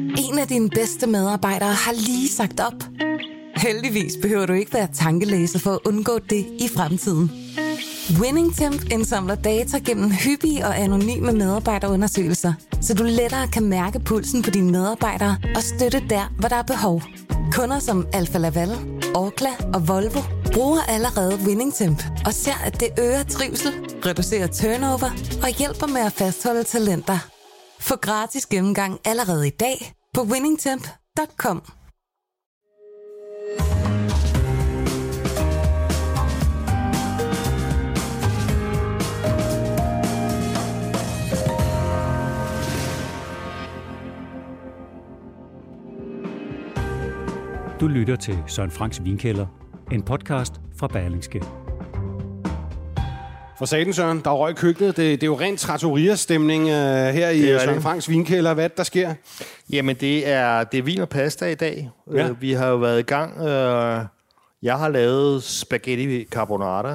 En af dine bedste medarbejdere har lige sagt op. Heldigvis behøver du ikke være tankelæser for at undgå det i fremtiden. WinningTemp indsamler data gennem hyppige og anonyme medarbejderundersøgelser, så du lettere kan mærke pulsen på dine medarbejdere og støtte der, hvor der er behov. Kunder som Alfa Laval, Orkla og Volvo bruger allerede WinningTemp og ser, at det øger trivsel, reducerer turnover og hjælper med at fastholde talenter. Få gratis gennemgang allerede i dag på winningtemp.com. Du lytter til Søren Franks Vinkælder, en podcast fra Berlingske. For satan, Søren, der røg køkkenet. Det er jo rent trattoria-stemning her i Søren Franks Vinkælder. Hvad der sker? Jamen, det er vin og pasta i dag. Ja. Vi har jo været i gang. Jeg har lavet spaghetti carbonara,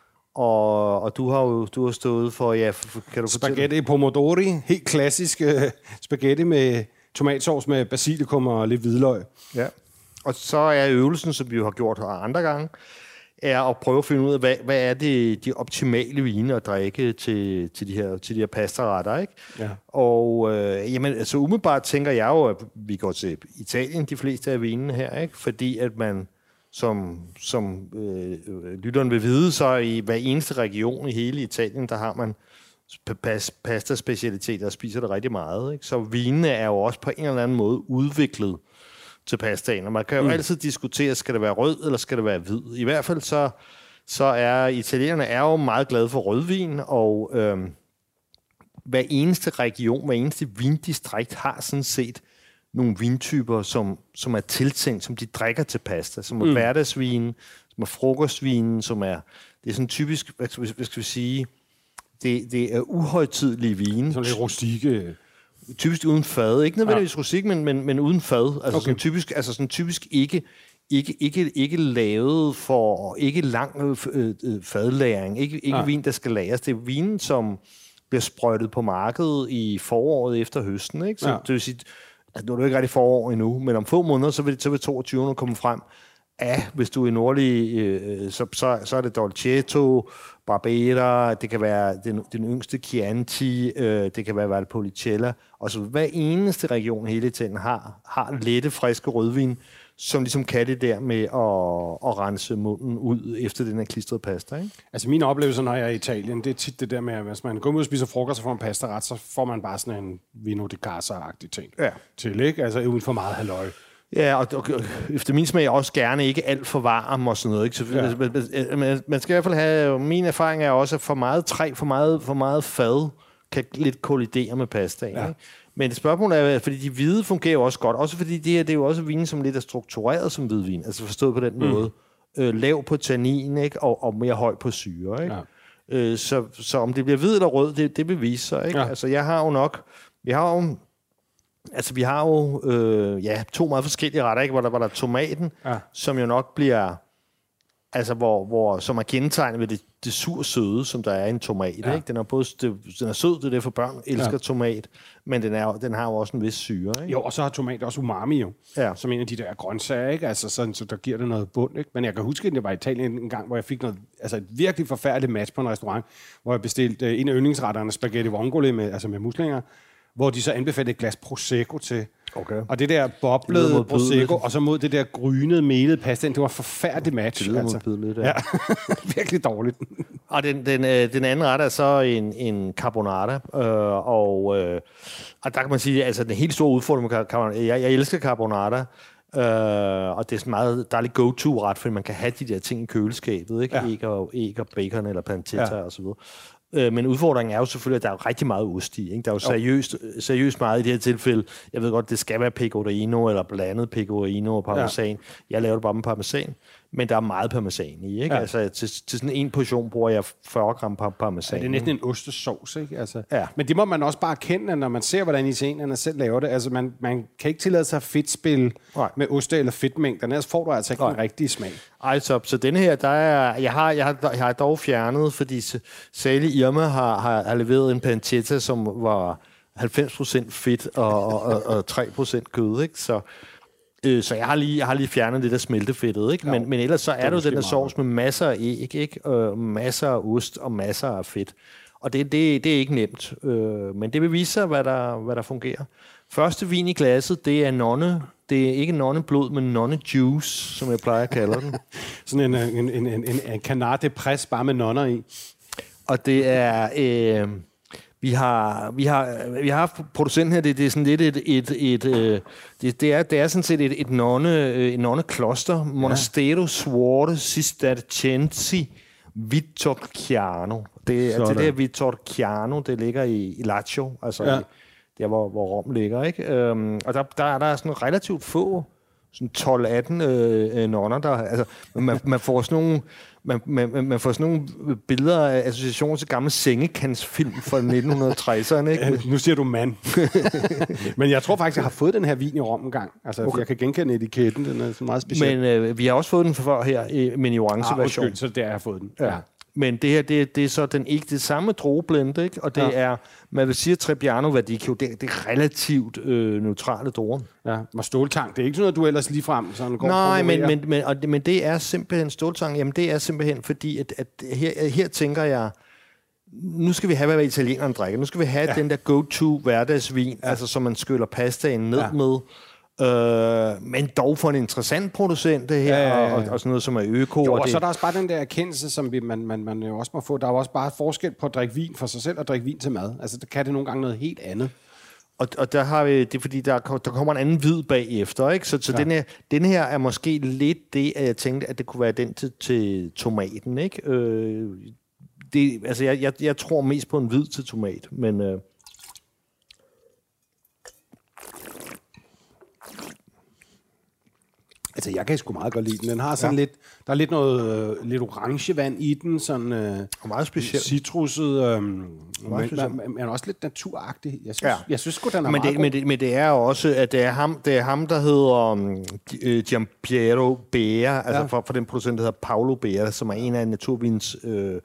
og du har stået for, kan du fortælle? Spaghetti pomodori, helt klassisk spaghetti med tomatsauce med basilikum og lidt hvidløg. Ja. Og så er øvelsen, som vi jo har gjort andre gange, er at prøve at finde ud af, hvad er det de optimale vine at drikke til de her pastaretter, ikke? Ja. Og altså umiddelbart tænker jeg jo, at vi går til Italien, de fleste af vinene her, ikke? Fordi at man, som lytteren vil vide, så i hver eneste region i hele Italien, der har man pasta-specialiteter og spiser det rigtig meget, ikke? Så vinene er jo også på en eller anden måde udviklet til pastaen. Og man kan jo altid diskutere, skal det være rød, eller skal det være hvid. I hvert fald så er italienerne jo meget glade for rødvin, og hver eneste region, hver eneste vindistrikt har sådan set nogle vintyper, som er tiltænkt, som de drikker til pasta, som er hverdagsvin, som er frokostvin, det er sådan typisk, hvad skal vi sige, det er uhøjtidelige vine. Sådan lidt rustikke. Typisk uden fad, ikke nødvendigvis rustik, men uden fad. Altså okay. sådan typisk ikke lavet for ikke lang fadlagring, ikke vin der skal lagres. Det er vin som bliver sprøjtet på markedet i foråret efter høsten, ikke? Så det vil sige, at nu er det ikke rigtig forår endnu, men om få måneder så vil 22'erne komme frem. Ja, hvis du er nordlig, så er det Dolcetto, Barbera, det kan være den yngste Chianti, det kan være Valpolicella. Og så hver eneste region hele tiden har lette, friske rødvin, som ligesom kan det der med at rense munden ud efter den her klistrede pasta, ikke? Altså min oplevelse, når jeg er i Italien, det er tit det der med, at hvis man går ud og spiser frokost og får en pastaret, så får man bare sådan en vino di casa-agtig ting til, ikke? Altså uden for meget halløj. Ja, og efter min smag også gerne ikke alt for varm og sådan noget, ikke? Så, man skal i hvert fald have, min erfaring er også, at for meget træ, for meget fad kan lidt kollidere med pasta, ikke? Men spørgsmålet er, fordi de hvide fungerer jo også godt, også fordi det er jo også vin, som lidt er struktureret som hvidvin, altså forstået på den måde. Lav på tannin, ikke? Og mere høj på syre, ikke? Ja. Så om det bliver hvid eller rød, det vil vise sig, ikke? Ja. Altså vi har jo to meget forskellige retter, ikke? Hvor der er tomaten, som jo nok bliver, altså som er kendetegnet ved det sur-søde, som der er i en tomat, ikke? Den er sød, det er for børn elsker tomat, men den har jo også en vis syre, ikke? Jo, og så har tomat også umami jo, som en af de der grøntsager, ikke? Altså sådan, så der giver det noget bund, ikke? Men jeg kan huske, at jeg var i Italien en gang, hvor jeg fik noget, altså et virkelig forfærdeligt match på en restaurant, hvor jeg bestilte en af yndlingsretterne, spaghetti vongole med muslinger, hvor de så anbefalede et glas Prosecco til. Okay. Og det der boblede Prosecco, og så mod det der grynede, melede pasta, det var forfærdeligt match. Det altså. Ja, virkelig dårligt. Og den anden ret er så en carbonara, og der kan man sige, altså den helt store udfordring med carbonara, jeg elsker carbonara, og det er sådan en meget dejlig go-to-ret, fordi man kan have de der ting i køleskabet, ikke? Æg og bacon eller pancetta og så videre. Men udfordringen er jo selvfølgelig, at der er rigtig meget ost i, ikke? Der er jo seriøst meget i det her tilfælde. Jeg ved godt, det skal være pecorino eller blandet pecorino og parmesan. Ja. Jeg laver det bare med parmesan, men der er meget parmesan i, ikke? Ja. Altså til sådan en portion bruger jeg 40 gram parmesan. Ja, det er næsten en ostesauce, ikke? Altså, men det må man også bare kende, når man ser, hvordan italienerne selv laver det. Altså man kan ikke tillade sig fedtspil med oste eller fedtmængder, ellers får du altså ikke en rigtig smag. Så denne her, jeg har dog fjernet, fordi Sally Irma har leveret en pancetta, som var 90% fedt og 3% kød, ikke? Så jeg har lige fjernet det der smeltefedtet, ikke? Men ellers så er det jo den der sovs med masser af æg, ikke? Masser af ost og masser af fedt. Og det er ikke nemt. Men det vil vise sig, hvad der fungerer. Første vin i glasset, det er nonne. Det er ikke nonneblod, men nonnejuice, som jeg plejer at kalde den. Sådan en canard de presse, bare med nonner i. Og det er... Vi har haft producenten her, det er sådan lidt det er sådan set et nonnekloster, Monastero Suore Cisterciensi Vittorchiano. Det er Vittorchiano, det ligger i Lazio, altså der hvor Rom ligger, ikke? Og der er sådan relativt få, sådan 12-18 nonner der, altså man får sådan nogle man får sådan nogle billeder af association til gamle sengekantsfilm fra 1960'erne, ikke? Nu siger du mand. Men jeg tror faktisk, jeg har fået den her vin i Rom en gang. Altså, okay. Jeg kan genkende etiketten, den er så meget speciel. Men vi har også fået den før her, men i orange version. Så der har jeg fået den. Ja. Men det her, det er så den ikke det samme drueblend, ikke? Og det er, man vil sige, Trebbiano Verdicchio, det er relativt neutrale druer. Ja, og ståltang, det er ikke sådan noget, du ellers ligefrem sådan går. Nej, men det er simpelthen ståltang. Jamen, det er simpelthen fordi, at her tænker jeg, nu skal vi have, hvad italienerne drikker. Nu skal vi have den der go-to hverdagsvin, altså som man skyller pastaen ned med. Men dog for en interessant producent det her, og sådan noget som er øko. Jo, og så er der også bare den der erkendelse, som man jo også må få. Der er jo også bare forskel på at drikke vin for sig selv og drikke vin til mad. Altså, der kan det nogle gange noget helt andet. Og der har vi, det er fordi, der kommer en anden hvid bagefter, ikke? Så den her er måske lidt det, at jeg tænkte, at det kunne være den til tomaten, ikke? Jeg tror mest på en hvid til tomat, men... Altså, jeg kan sgu meget godt lide den. Den har sådan lidt... Der er lidt noget... lidt orangevand i den, sådan... meget specielt. Citrusset... men også lidt naturagtig. Jeg synes sgu, den er meget god. Men det er også, at det er ham der hedder Giampiero Bea, altså fra den producent, der hedder Paolo Bea, som er en af naturvins...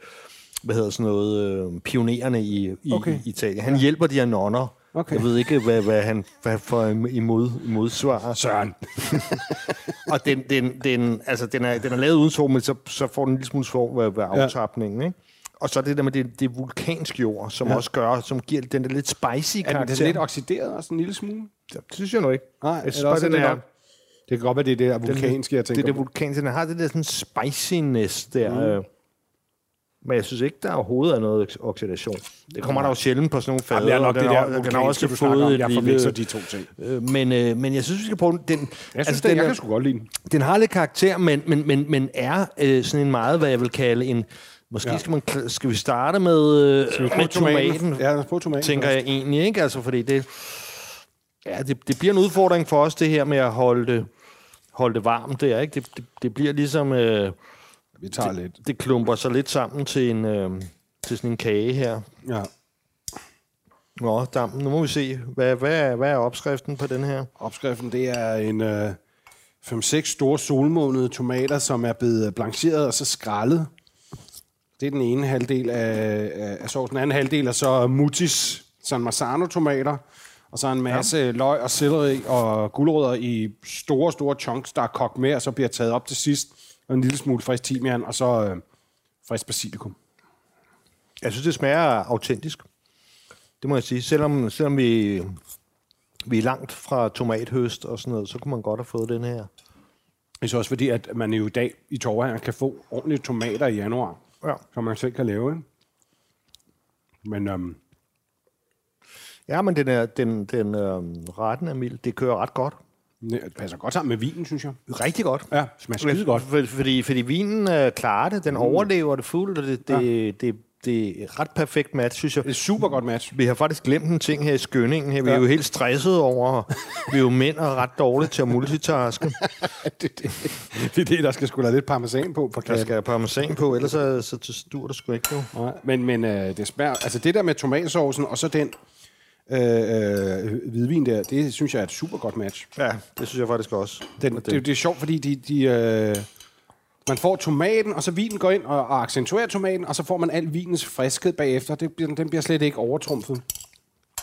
pionererne i Italien. Han hjælper de her nonner. Okay. Jeg ved ikke, hvad han får modsvar. Søren. Og den er lavet uden sol, men så får den en lille smule svår ved aftapningen, ikke? Og så det der med det vulkansk jord, som også gør, som giver den der lidt spicy karakter. Er den lidt oxideret også en lille smule? Det synes jeg nu ikke. Nej, jeg synes bare, det kan godt være, det der vulkanske, jeg tænker det vulkanske, den har det der sådan spiciness der... Men jeg synes ikke, der overhovedet er noget oxidation. Det kommer der jo sjældent på sådan nogle fader. Ja, nok det der den har også fået jeg forveksler de to ting. Men jeg synes, vi skal prøve den. Jeg synes, jeg kan sgu godt lide den. Den har lidt karakter, men er sådan en meget, hvad jeg vil kalde en... Måske skal vi starte med tomaten. Ja, lad os prøve tomaten. Tænker jeg egentlig, ikke? Altså, fordi det bliver en udfordring for os, det her med at holde det varmt der, ikke? Det bliver ligesom... Vi tager lidt. Det klumper sig lidt sammen til sådan en kage her. Ja. Nå, nu må vi se. Hvad er opskriften på den her? Opskriften, det er en 5-6 store solmodnede tomater, som er blevet blancheret og så skrællet. Det er den ene halvdel af sovsen. Den anden halvdel er så Mutis San Marzano tomater. Og så en masse løg og selleri og gulerødder i store chunks, der er kogt med, og så bliver taget op til sidst. Og en lille smule frisk timian, og så frisk basilikum. Jeg synes, det smager autentisk. Det må jeg sige. Selvom vi er langt fra tomathøst og sådan noget, så kunne man godt have fået den her. Det er så også fordi, at man jo i dag i Torvejren kan få ordentlige tomater i januar, som man selv kan lave. Men... Ja, men den retten er mild. Det kører ret godt. Det passer godt sammen med vinen, synes jeg. Rigtig godt. Ja, smager skide godt. Fordi vinen klarer det, den overlever det fuldt, og det er ret perfekt match, synes jeg. Det er super godt match. Vi har faktisk glemt en ting her i Skønningen. Her. Vi er jo helt stresset over, vi er jo mænd og ret dårlige til at multitaske. det er det, der skal sgu da lidt parmesan på. Der skal have parmesan på, ellers så dur det sgu ikke nu. Men det smager... Altså det der med tomatsaucen, og så den... hvidvin der, det synes jeg er et super godt match. Ja, det synes jeg faktisk også. Det er sjovt, fordi man får tomaten, og så vinen går ind og accentuerer tomaten, og så får man al vinens friskhed bagefter. Den bliver slet ikke overtrumfet.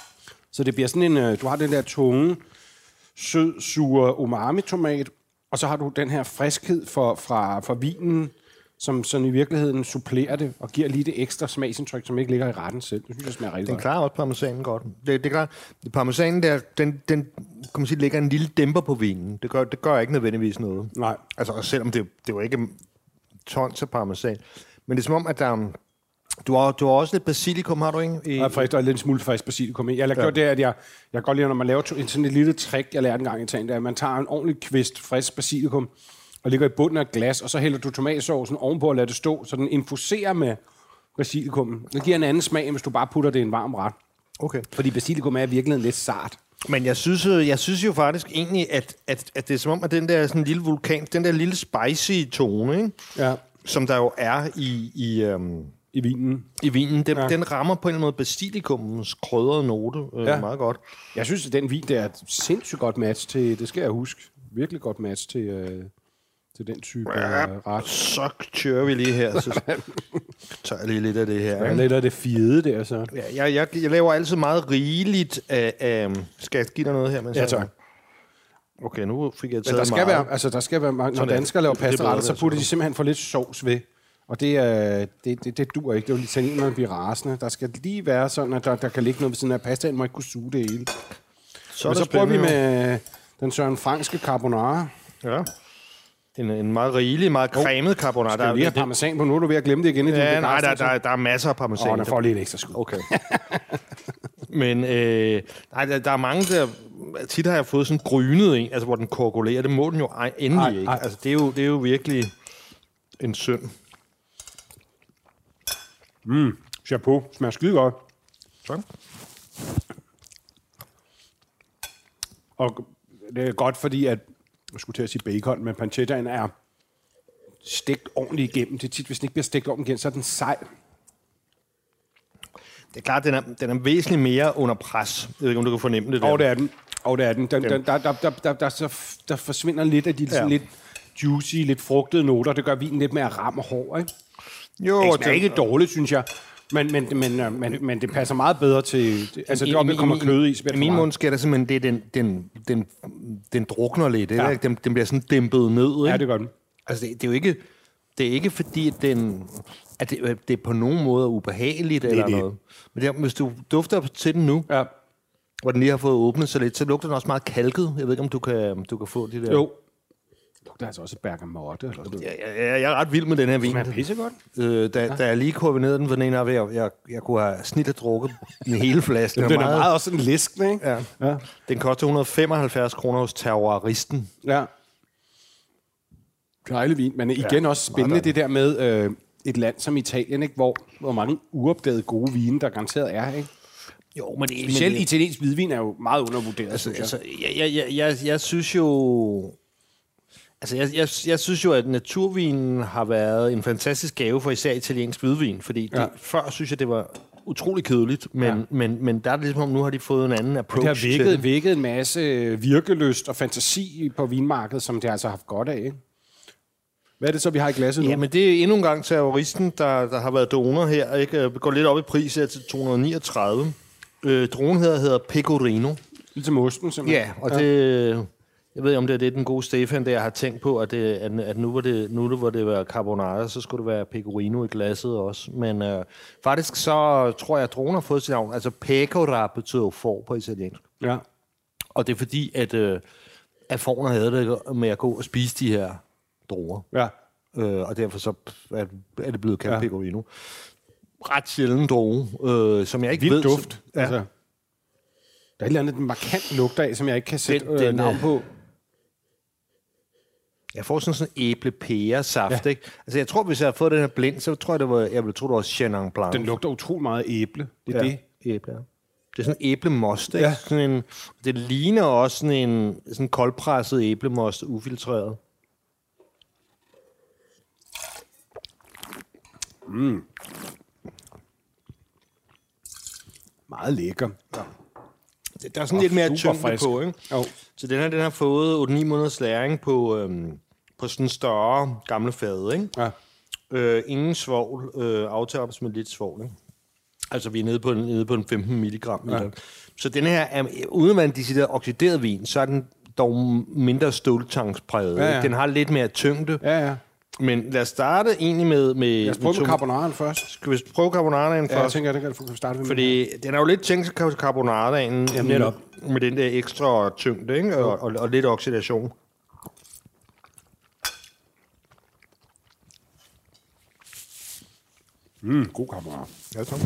Så det bliver sådan en... Du har den der tunge, sød, sure umami-tomat, og så har du den her friskhed fra vinen, som sådan i virkeligheden supplerer det, og giver lige det ekstra smagsindtryk, som ikke ligger i retten selv. Det synes jeg smager rigtig godt. Den klarer også parmesanen godt. Det er klart, parmesanen der, den kan man sige, lægger en lille dæmper på vinen. Det gør ikke nødvendigvis noget. Nej. Altså, selvom det var ikke tons af parmesan. Men det er som om, at der... Du har også lidt basilikum, har du ikke? Der er lidt smule frisk basilikum. Jeg har gjort det, at jeg kan godt lide, når man laver sådan et lille trick, jeg lærte en gang i Italien, at man tager en ordentlig kvist frisk basilikum, og ligger i bunden af et glas, og så hælder du tomatsaucen ovenpå og lader det stå, så den infuserer med basilikum. Det giver en anden smag, end hvis du bare putter det i en varm ret. Okay. Fordi basilikum er virkelig lidt sart. Men jeg synes jo faktisk egentlig, at det er som om, at den der sådan lille vulkan, den der lille spicy tone, ikke? Ja. Som der jo er I vinen. I vinen, den rammer på en eller anden måde basilikumens krydrede note meget godt. Jeg synes, at den vin, der er et sindssygt godt match til, det skal jeg huske, virkelig godt match til den type ret. Så kører vi lige her, så tager jeg lige lidt af det her. Ja, lidt af det fede der, så. Ja, jeg laver altid meget rigeligt af... Skal jeg give dig noget her? Ja, tak. Okay, nu fik jeg taget der skal være, når danskere laver pastaretter, så putter de simpelthen for lidt sovs ved. Og det dur ikke. Det er jo italienerne, der bliver rasende. Der skal lige være sådan, at der kan ligge noget ved siden af pastaen, må ikke kunne suge det hele. Så prøver vi med den Søren Frankske carbonara. Ja. En meget rigelig, meget cremet carbonara. Skal vi lige have parmesan på? Nu er du ved at glemme det igen. Nej, der er masser af parmesan. Der får lige et ekstra skud. Okay. Men der er mange, der... Tit har jeg fået sådan grynet en, altså hvor den koagulerer. Det må den jo endelig ikke. Altså, det er jo virkelig en synd. Chapeau. Smager skide godt. Tak. Og det er godt, fordi at... Jeg skulle til at sige bacon, men pancettaen er stegt ordentligt igennem. Det er tit, hvis den ikke bliver stegt ordentligt igennem, så er den sej. Det er klart, den er væsentligt mere under pres. Jeg ved ikke, om du kan fornemme det der. Og det er den. Der forsvinder lidt af de sådan lidt juicy, lidt frugtede noter. Det gør vinen lidt mere ram og hård, ikke? Jo, det er ikke dårligt, synes jeg. Men det passer meget bedre til... Altså, det kommer kød i. I min mund sker der simpelthen det, den drukner lidt. Ja. Den bliver sådan dæmpet ned. Ikke? Ja, det gør den. Altså, det er jo ikke... Det er ikke fordi, at det på nogen måde er ubehageligt eller noget. Men hvis du dufter til den nu, hvor den lige har fået åbnet sig lidt, så lugter den også meget kalket. Jeg ved ikke, om du kan få de der... Jo. Det er altså også bergamotte. Eller sådan. Jeg er ret vild med den her vin. Den er pissegodt. Da jeg lige koordinerede den for den ene af, jeg kunne have snit og drukket den hele flasken. Den er meget også en liskende, ikke? Ja. Den koster 175 kroner hos terroristen. Ja. Dejlig vin. Men igen også spændende det der med et land som Italien, ikke? Hvor mange uopdagede gode vine, der garanteret er, ikke? Jo, men det, specielt italiensk hvidvin er jo meget undervurderet, altså, jeg synes jo... Altså, jeg synes jo, at naturvinen har været en fantastisk gave for især italiensk hvidvin, fordi før synes jeg, det var utrolig kedeligt, men der er det ligesom om, nu har de fået en anden approach til det. Det har vækket en masse virkelyst og fantasi på vinmarkedet, som det altså har haft godt af, ikke? Hvad er det så, vi har i glasset nu? Jamen, det er endnu en gang terroristen, der har været donor her, ikke? Går lidt op i pris her til 239. Dronen hedder Pecorino. Lidt som osten, simpelthen. Ja, og det... Jeg ved ikke, om det er den gode Stefan, der jeg har tænkt på, at nu hvor det var carbonara, så skulle det være pecorino i glasset også. Men faktisk så tror jeg, at dronen har fået sit navn. Altså pecora betyder får på italiensk. Ja. Og det er fordi, at forne havde det med at gå og spise de her druer. Ja. Og derfor så er det blevet kaldt pecorino. Ret sjælden droge, som jeg ikke Vild ved... duft. Ja. Altså. Der er et eller andet markant lugt af, som jeg ikke kan sætte navn på. Jeg får sådan æble-pære-saft, ikke? Altså, jeg tror, hvis jeg havde fået den her blind, så tror jeg ville tro, det var Chenin Blanc. Den lugter utrolig meget æble. Det er det. Æble, ja. Det er sådan en æblemost, ikke? Ja. Det ligner også sådan en koldpresset æblemost, ufiltreret. Meget lækker. Ja. Der er sådan lidt mere tyngde på, ikke? Jo. Så den har fået 8-9 måneders læring på sådan en større gamle fade, ikke? Ja. Ingen svovl, aftappes med lidt svovl, ikke? Altså, vi er nede på en 15 milligram. Ja. Så den her, uden at man decideret oxideret vin, så er den dog mindre ståltangspræget. Ja. Den har lidt mere tyngde. Ja. Men lad os starte egentlig med... Lad os prøve med carbonaraen først. Skal vi prøve carbonaraen først? Jeg tænker, det kan du starte med. Fordi den er jo lidt tænkt til carbonaraen med den der ekstra tyngde, ikke? Og lidt oxidation. God carbonara. Ja, så.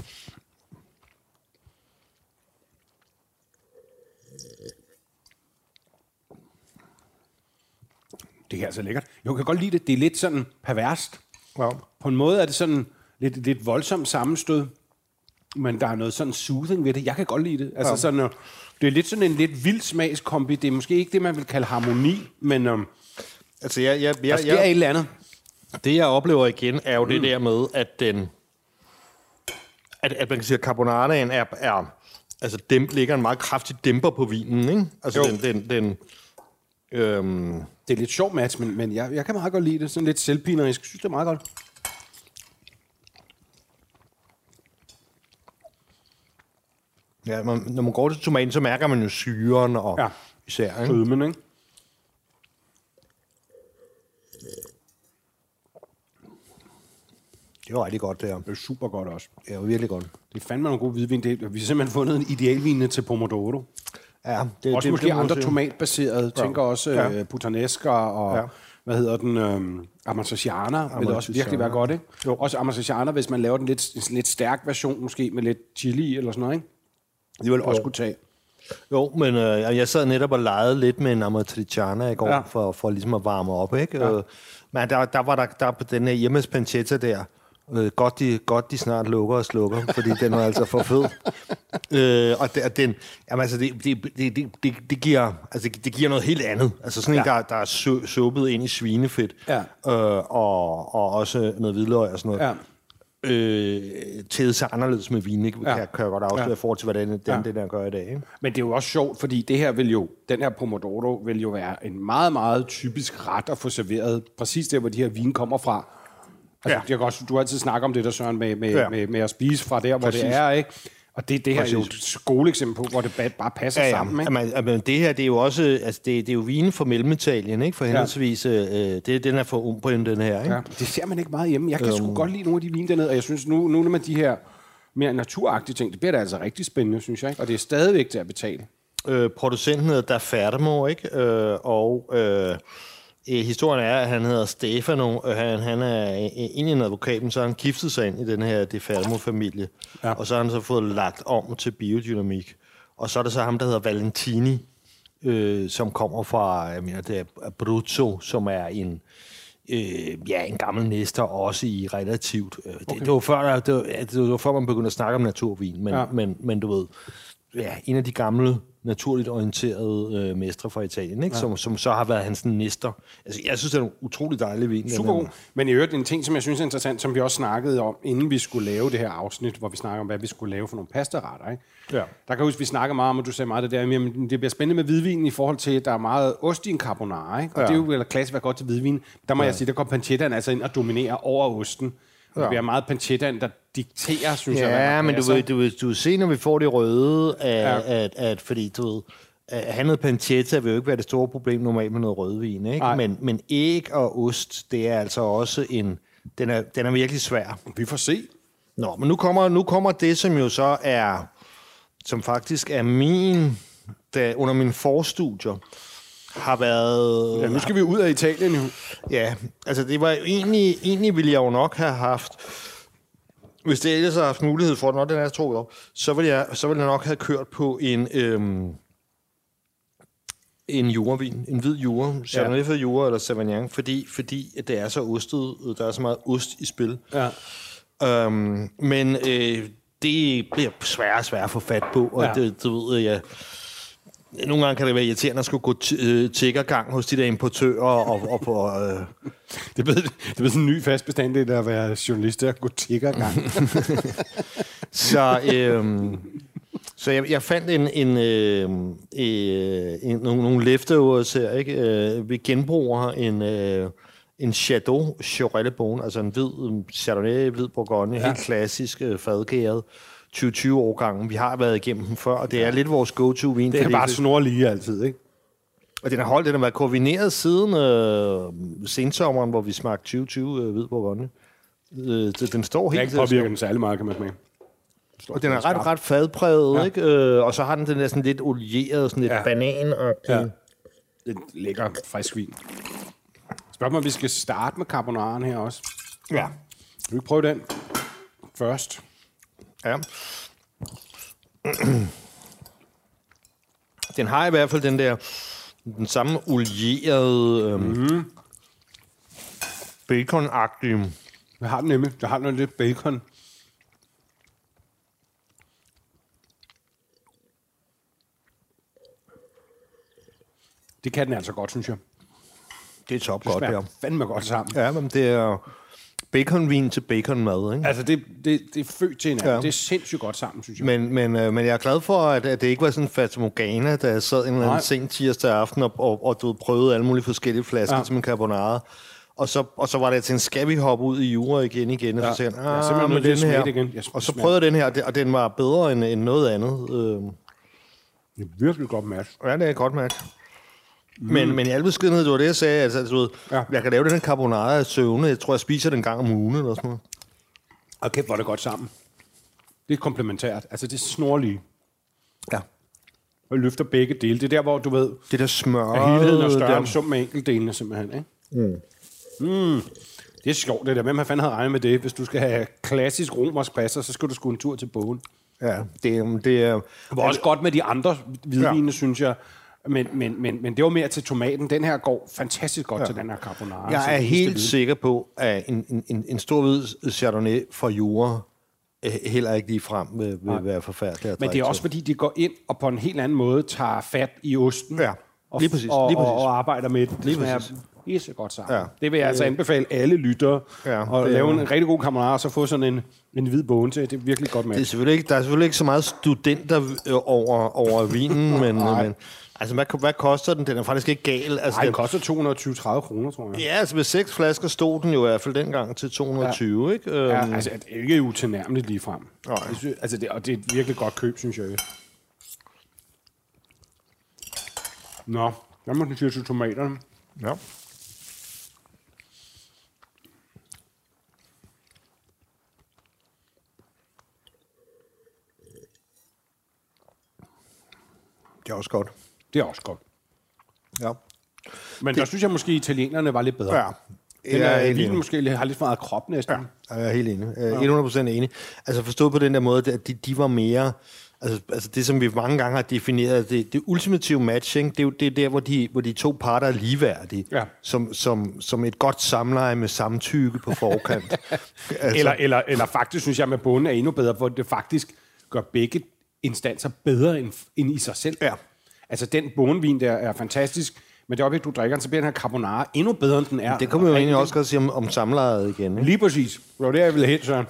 Det er altså lækkert. Jeg kan godt lide det. Det er lidt sådan perverst. Ja. På en måde er det sådan lidt voldsomt sammenstød, men der er noget sådan soothing ved det. Jeg kan godt lide det. Altså sådan, det er lidt sådan en lidt vild smagskombi. Det er måske ikke det, man vil kalde harmoni, men altså, der sker et eller andet. Det, jeg oplever igen, er jo det der med, at at man kan sige, at carbonaraen altså ligger en meget kraftig dæmper på vinen, ikke? Altså det er lidt sjovt match, men jeg kan meget godt lide det. Sådan lidt selvpinerisk. Jeg synes, det er meget godt. Ja, når man går til tomaten, så mærker man jo syren og især, ikke? Sødmen, ikke? Det var rigtig godt, det her. Det er super godt også. Det var virkelig godt. Det er fandme nogle gode hvidvin. Vi har simpelthen fundet en idealvin til Pomodoro. Ja, også måske andre tomatbaserede. Tænker også puttanesca og hvad hedder den? Amatriciana vil også virkelig være godt, ikke? Jo. Også Amatriciana, hvis man laver den lidt stærk version, måske med lidt chili eller sådan noget, ikke? Det vil også kunne tage. Jo, men jeg sad netop og legede lidt med en Amatriciana i går, for ligesom at varme op, ikke? Ja. Men der var på den her Irmas Pancetta der. Godt de snart lukker og slukker, fordi den var altså for fed. Og den, jamen altså det giver noget helt andet. Altså sådan en, der er suppet ind i svinefedt, og også noget hvidløg og sådan noget. Tæde sig anderledes med vin, ikke? Kan jeg godt afsløre for til, hvordan den der gør i dag, ikke? Men det er jo også sjovt, fordi det her den her Pomodoro vil jo være en meget, meget typisk ret at få serveret præcis der, hvor de her vin kommer fra. Altså, jeg kan også, du har altid snakket om det der, Søren, med at spise fra der, hvor det er, ikke? Og det her er jo et skoleeksempel på, hvor det bare passer sammen, ikke? Men det her, det er jo også, altså det er jo vinen fra Mellemitalien, ikke? For henholdsvis, den er for Umbrien, den her, ikke? Ja, det ser man ikke meget hjemme. Jeg kan sgu godt lide nogle af de vine dernede, og jeg synes, nu med de her mere naturagtige ting, det bliver da altså rigtig spændende, synes jeg, ikke? Og det er stadigvæk til at betale. Producenten hedder Da Fermo, ikke? Historien er, at han hedder Stefano, han er inde i en advokat, men så har han giftet sig ind i den her De Fermo-familie, og så har han så fået lagt om til biodynamik. Og så er det så ham, der hedder Valentini, som kommer fra, jeg mener, det er Abruzzo, som er en gammel næster, også i relativt. Det var før man begyndte at snakke om naturvin, men du ved, en af de gamle naturligt orienterede mestre fra Italien, ikke? Som så har været hans næster. Altså, jeg synes, det er en utrolig dejlig vin. Super god. Men i øvrigt, en ting, som jeg synes er interessant, som vi også snakkede om, inden vi skulle lave det her afsnit, hvor vi snakker om, hvad vi skulle lave for nogle pastaretter, ikke? Ja. Der kan jeg huske, vi snakker meget om, og du sagde meget det der, men det bliver spændende med hvidvin i forhold til, at der er meget ost i en carbonara, ikke? Og det er jo klassisk være godt til hvidvin. Der må jeg sige, der går pancettaen altså ind og dominerer over osten. Det bliver meget pancettaen, der dikterer, synes jeg. Ja, men du vil se, når vi får det røde, at fordi du ved, handlet pancetta vil jo ikke være det store problem normalt med noget rødvin, ikke? Men æg og ost, det er altså også den er virkelig svær. Vi får se. Nå, men nu kommer det, som jo så er, som faktisk er under mine forstudier, har været... Ja, nu skal vi ud af Italien jo. Ja, altså det var jo egentlig ville jeg jo nok have haft, hvis det ellers har haft mulighed for det, når den er 2 år, så ville jeg nok have kørt på en jurevin, en hvid jure, Chardonnay for jure eller Sauvignon, fordi det er så ostet, der er så meget ost i spil. Ja. Men det bliver sværere at få fat på, og det ved jeg... Nogle gange kan det være irriterende at skulle gå tiggergang hos de der importører og på... Det er blevet sådan en ny fast bestanddel at være journalist at gå tiggergang. Så jeg fandt nogle leftovers her, ikke? Vi genbruger en Chateau Chorelle Beaune, altså en hvid Chardonnay, hvid Bourgogne, helt klassisk fadgæret. 2020-årgangen. Vi har været igennem den før, og det er lidt vores go-to-vin. Det er bare snorlige altid, ikke? Og den har været koordineret siden sensommeren, hvor vi smagte 2020 hvid Bourgogne. Den står helt... Jeg ikke påvirker den særlig meget, kan man smage. Og den er ret fadpræget, ikke? Og så har den der sådan lidt olieret, sådan lidt bananagtigt. Ja. Det lækker frisk vin. Spørgsmål, om vi skal starte med carbonaren her også. Ja. Vil vi prøve den først? Ja. Den har i hvert fald den samme olierede, bacon-agtige. Jeg har den nemlig. Der har noget lidt bacon. Det kan den altså godt, synes jeg. Det er top godt, det fandme godt sammen. Ja, men det er baconvin til baconmad, ikke? Altså, det er født til hinanden. Ja. Det er sindssygt godt sammen, synes jeg. Men jeg er glad for, at det ikke var sådan en Fata Morgana, der sad en eller anden sen tirsdag aften og du prøvede alle mulige forskellige flasker til min carbonara. Og så var det til en skal vi hoppe ud i jura igen, og så sagde han, med den her. Igen. Og så prøvede jeg den her, og den var bedre end noget andet. Det er virkelig godt match. Ja, det er et godt match. Men i al beskedenhed, det var det, jeg sagde. Altså, du ved, jeg kan lave den her carbonara af søvne. Jeg tror, jeg spiser den en gang om ugen eller sådan noget. Og kæft, hvor er det godt sammen. Det er komplementært. Altså, det er snorlige. Ja. Og løfter begge dele. Det er der, hvor du ved... Det der smør... At helheden er større end sum med enkeltdelene, simpelthen, ikke? Det er sjovt, det der. Hvem har fanden havde regnet med det? Hvis du skal have klassisk romersk pasta, så skal du sgu en tur til bogen. Ja, det er... Det var også godt med de andre hvidvine, synes jeg. Men det var mere til tomaten. Den her går fantastisk godt til den her carbonara. Jeg er helt sikker på, at en stor hvid Chardonnay fra Jura heller ikke lige frem vil være forfærdelig. Men det er også fordi, de går ind og på en helt anden måde tager fat i osten. Ja, lige præcis. Og arbejder med det. Lige præcis. Det er så godt sammen. Ja. Det vil jeg altså anbefale alle lyttere at lave en rigtig god carbonara, og så få sådan en hvid bogen til. Det er virkelig godt med. Der er selvfølgelig ikke så meget studenter over vinen, men altså, hvad koster den? Den er faktisk ikke gal. Altså, den koster 220-30 kroner, tror jeg. Ja, altså med 6 flasker stod den jo i hvert fald dengang til 220, ikke? Altså, det er ikke utilnærmeligt lige frem. Altså, og det er et virkelig godt køb, synes jeg. Nå, hvad må den sige til tomaterne? Ja. Det er også godt. Det er også godt. Ja. Men der synes jeg måske, at italienerne var lidt bedre. Ja. Vinen måske har lidt for meget krop næsten. Ja, jeg er helt enig. 100% enig. Altså forstået på den der måde, at de var mere... Altså det, som vi mange gange har defineret, det ultimative matching, det er der, hvor de to parter er ligeværdige. Ja. Som et godt samleje med samtykke på forkant. Altså. Eller faktisk, synes jeg, med bunden er endnu bedre, hvor det faktisk gør begge instanser bedre end i sig selv. Ja. Altså, den bondvin der er fantastisk, men det øjeblik, du drikker den, så bliver den her carbonara endnu bedre, end den er. Det kommer jo egentlig også godt sige om samlejet igen. Ikke? Lige præcis. Det var det, jeg ville hen, Søren.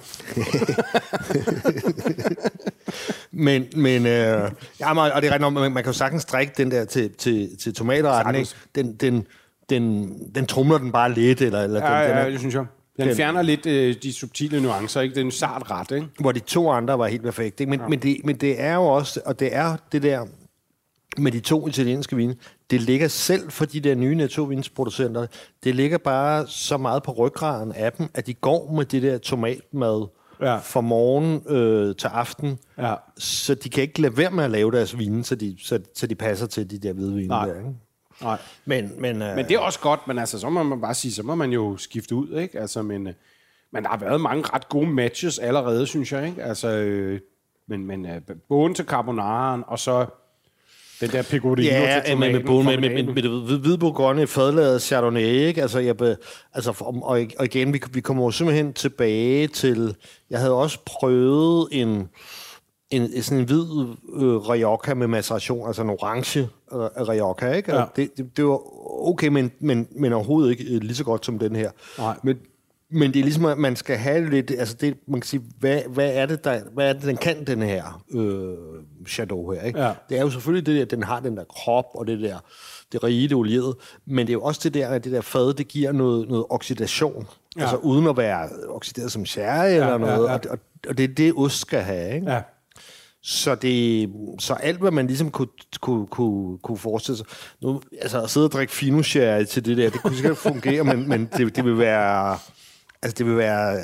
men og det er rigtigt, man kan jo sagtens drikke den der til tomatretten, den trumler den bare lidt, eller det synes jeg. Den fjerner lidt de subtile nuancer, ikke? Den er sart ret, ikke? Hvor de to andre var helt perfekte, ikke? Men det er jo også, og det er det der med de to italienske vine, det ligger selv for de der nye naturvinsproducenter, det ligger bare så meget på ryggraden af dem, at de går med det der tomatmad fra morgen til aften, så de kan ikke lade være med at lave deres vine, så de passer til de der hvide vine der, ikke? Nej. Men det er også godt, men altså, så må man bare sige, så må man jo skifte ud, ikke? Altså, men der har været mange ret gode matches allerede, synes jeg, ikke? Altså, men bogen til carbonaren, og så den der pecorino til tomaten. med hvid Bourgogne, fadlaget Chardonnay, ikke? Og igen, vi kommer jo simpelthen tilbage til, jeg havde også prøvet sådan en hvid Rioja med maceration, altså en orange Rioja, ikke? Ja. Det var okay, men overhovedet ikke lige så godt som den her. Men det er ligesom, at man skal have lidt... Altså, det, man kan sige, hvad er det, den kan, den her Chateau her, ikke? Ja. Det er jo selvfølgelig det der, den har den der krop, og det rige, det olierede, men det er jo også det der, at det der fad, det giver noget oxidation. Ja. Altså, uden at være oxideret som sherry eller noget, og det er det, ost skal have, ikke? Ja. Så alt, hvad man ligesom kunne forestille sig... Nu, altså, at sidde og drikke finosherry til det der, det kunne sikkert fungere, men det vil være... Altså, det vil være...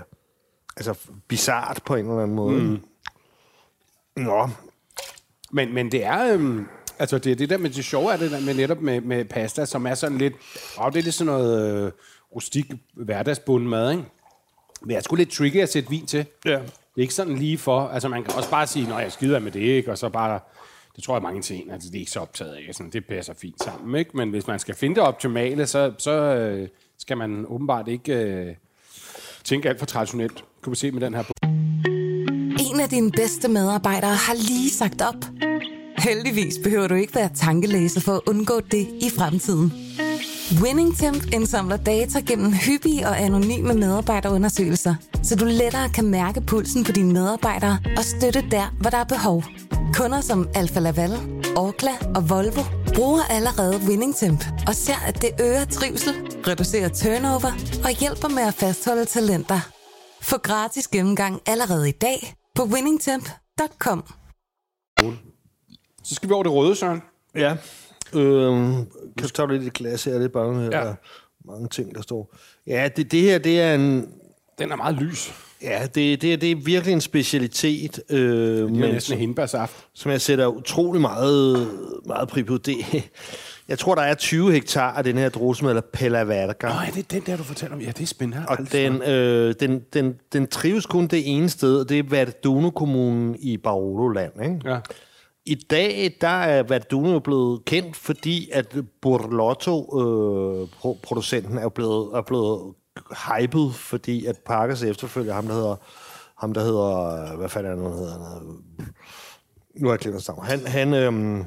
bizart på en eller anden måde. Mm. Nå. Men det er... altså, det er det der med det sjove er det der med netop med pasta, som er sådan lidt... det er lidt sådan noget rustik hverdagsbundmad, ikke? Men jeg er sgu lidt tricky at sætte vin til. Ja. Det er ikke sådan lige for... Altså, man kan også bare sige, jeg skider med det, ikke? Og så bare... Det tror jeg mange ting, altså det er ikke så optaget, ikke? Sådan, det passer fint sammen, ikke? Men hvis man skal finde det optimale, så skal man åbenbart ikke tænke alt for traditionelt. Kan vi se med den her bog. En af dine bedste medarbejdere har lige sagt op. Heldigvis behøver du ikke være tankelæser for at undgå det i fremtiden. WinningTemp indsamler data gennem hyppige og anonyme medarbejderundersøgelser, så du lettere kan mærke pulsen på dine medarbejdere og støtte der, hvor der er behov. Kunder som Alfa Laval, Orkla og Volvo bruger allerede WinningTemp og ser, at det øger trivsel, reducerer turnover og hjælper med at fastholde talenter. Få gratis gennemgang allerede i dag på winningtemp.com. Så skal vi over det røde, Søren. Ja. Kan du tage lidt i glas her? Det er bare her, der mange ting, der står. Ja, det her, det er en... Den er meget lys. Ja, det er virkelig en specialitet. Det er næsten hindbærsaft. Som jeg sætter utrolig meget pris på. Jeg tror, der er 20 hektar af den her druge, som hedder Pella Verga. Nej, det er den der, du fortæller om. Ja, det er spændende. Og den trives kun det ene sted, og det er Verduno-kommunen i Barolo-land, ikke? Ja. I dag, der er Verduno jo blevet kendt, fordi at Borlotto-producenten er blevet hyped, fordi at Parkers efterfølger ham, der hedder, hvad fanden er det, han hedder? Nu har jeg glemt at han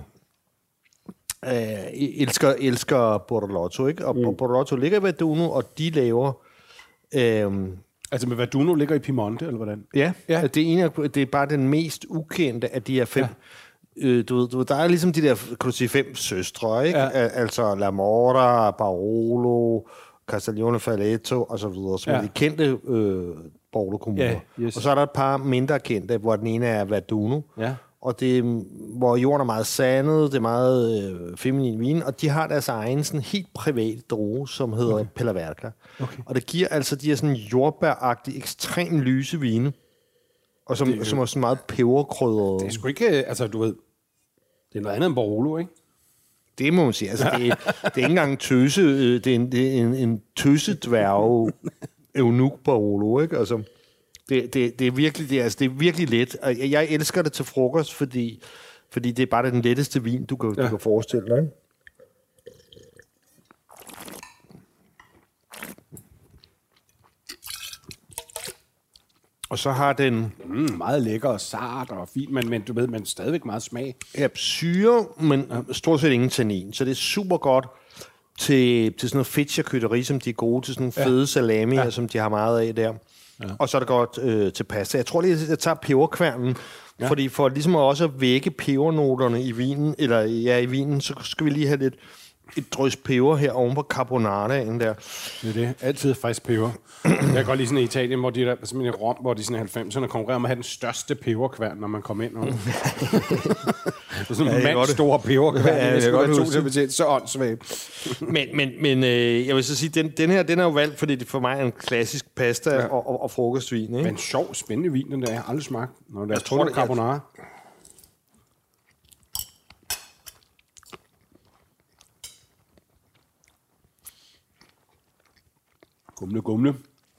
elsker Borlotto, ikke? Og Borlotto ligger i Verduno, og de laver... altså med Verduno ligger i Piemonte, eller hvordan? Ja. Det er bare den mest ukendte af de her 5... Ja. Du ved, der er ligesom de der, kan du sige, 5 søstre, ikke? Ja. Altså La Morra, Barolo, Castiglione Falletto og så videre, som er de kendte Barolo-kommuner. Ja, yes. Og så er der et par mindre kendte, hvor den ene er Verduno, og det hvor jorden er meget sandet, det er meget feminin vin, og de har deres egen sådan helt privat droge, som hedder Pella Verga. Okay. Og det giver altså de her sådan jordbæragtige, ekstremt lyse vine, og som er sådan meget peberkrydret. Det er sgu ikke, altså du ved, det er noget andet end Barolo, ikke? Det må man sige. Altså, det er ikke engang tøse, det er en tøsedværge eunuch Barolo, ikke? Altså, det er virkelig let. Og jeg elsker det til frokost, fordi det er bare den letteste vin, du kan forestille dig, ikke? Og så har den... meget lækker og sart og fint, men du ved, man stadigvæk meget smag. Ja, syre, men stort set ingen tannin. Så det er super godt til sådan noget fedt-charcuterie, som de er gode til, sådan nogle fede salamier, som de har meget af der. Ja. Og så er det godt til pasta. Jeg tror lige, at jeg tager peberkværnen, fordi for ligesom også at vække pebernoterne i vinen, i vinen, så skal vi lige have et drøs peber her oven på carbonaraen der. Det er det. Altid frisk peber. Jeg kan godt lide sådan i Italien, hvor de der, simpelthen i Rom, hvor de sådan 90'erne konkurrerer om at have den største peberkværn, når man kommer ind. Det er sådan en mand stor peberkværn. Ja, jeg godt huske. Så åndssvagt. Men jeg vil så sige, den her, den er jo valgt, fordi det for mig er en klassisk pasta og frokostvin. Ikke? Men en sjov, spændende vin, den der. Jeg har aldrig smagt. Når der er tror carbonara. Gumle.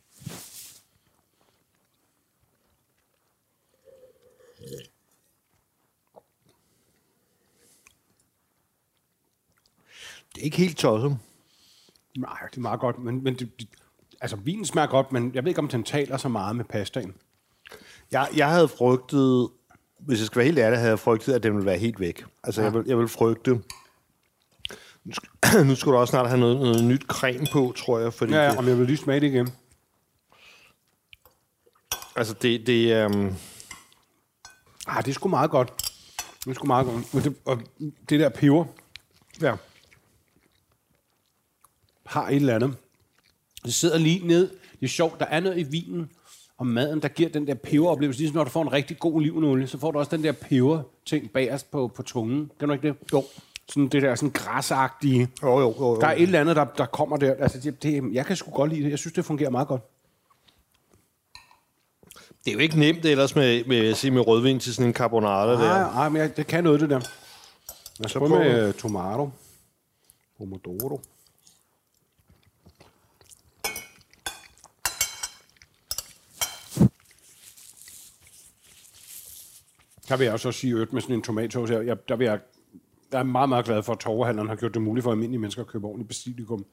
Det er ikke helt tosset. Nej, det er meget godt, men altså vinen smager godt, men jeg ved ikke, om den taler så meget med pastaen. Jeg havde frygtet, hvis jeg skal være helt ærlig, havde jeg frygtet, at den ville være helt væk. Altså, jeg vil frygte... Nu skulle du også snart have noget nyt creme på, tror jeg. Fordi om jeg vil lige smage det igen. Altså, det er sgu meget godt. Det er sgu meget godt. Og det der peber, har et eller andet. Det sidder lige ned. Det er sjovt, der er noget i vinen og maden, der giver den der peberoplevelse. Ligesom når du får en rigtig god olivenolie, så får du også den der peber-ting bagerst på tungen. Kan du ikke det? Jo. Sådan det der sådan græsagtige. Jo. Der er et eller andet, der kommer der. Altså, jeg kan sgu godt lide det. Jeg synes, det fungerer meget godt. Det er jo ikke nemt ellers med rødvin til sådan en carbonara der. Nej, men det kan noget, det der. Jeg skal prøve med tomato. Pomodoro. Der vil jeg også sige øvrigt med sådan en tomatsauce her. Jeg er meget, meget glad for, at torvehandleren har gjort det muligt for almindelige mennesker at købe ordentligt basilikum.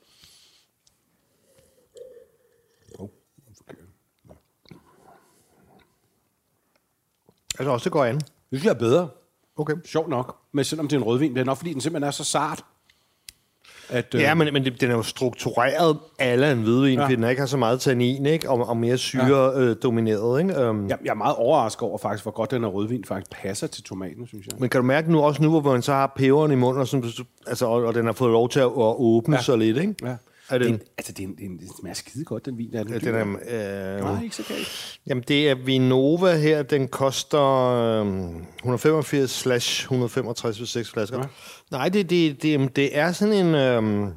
Altså også det går an. Det synes jeg er bedre. Okay. Sjovt nok. Men selvom det er en rødvin, det er nok fordi, den simpelthen er så sart. Ja, men den er jo struktureret af en hvidvin, fordi den ikke har så meget tannin, ikke? Og mere syre-domineret. Ikke? Jeg er meget overrasket over faktisk, hvor godt den her rødvin faktisk passer til tomaten, synes jeg. Men kan du mærke nu, hvor man så har peberen i munden, og den har fået lov til at åbne sig lidt, ikke? Ja. Den smager skide godt, den vin. Nej, ikke så galt. Jamen, det er Vinova her. Den koster 185/165 ved 6 flasker. Ja. Nej, det er sådan en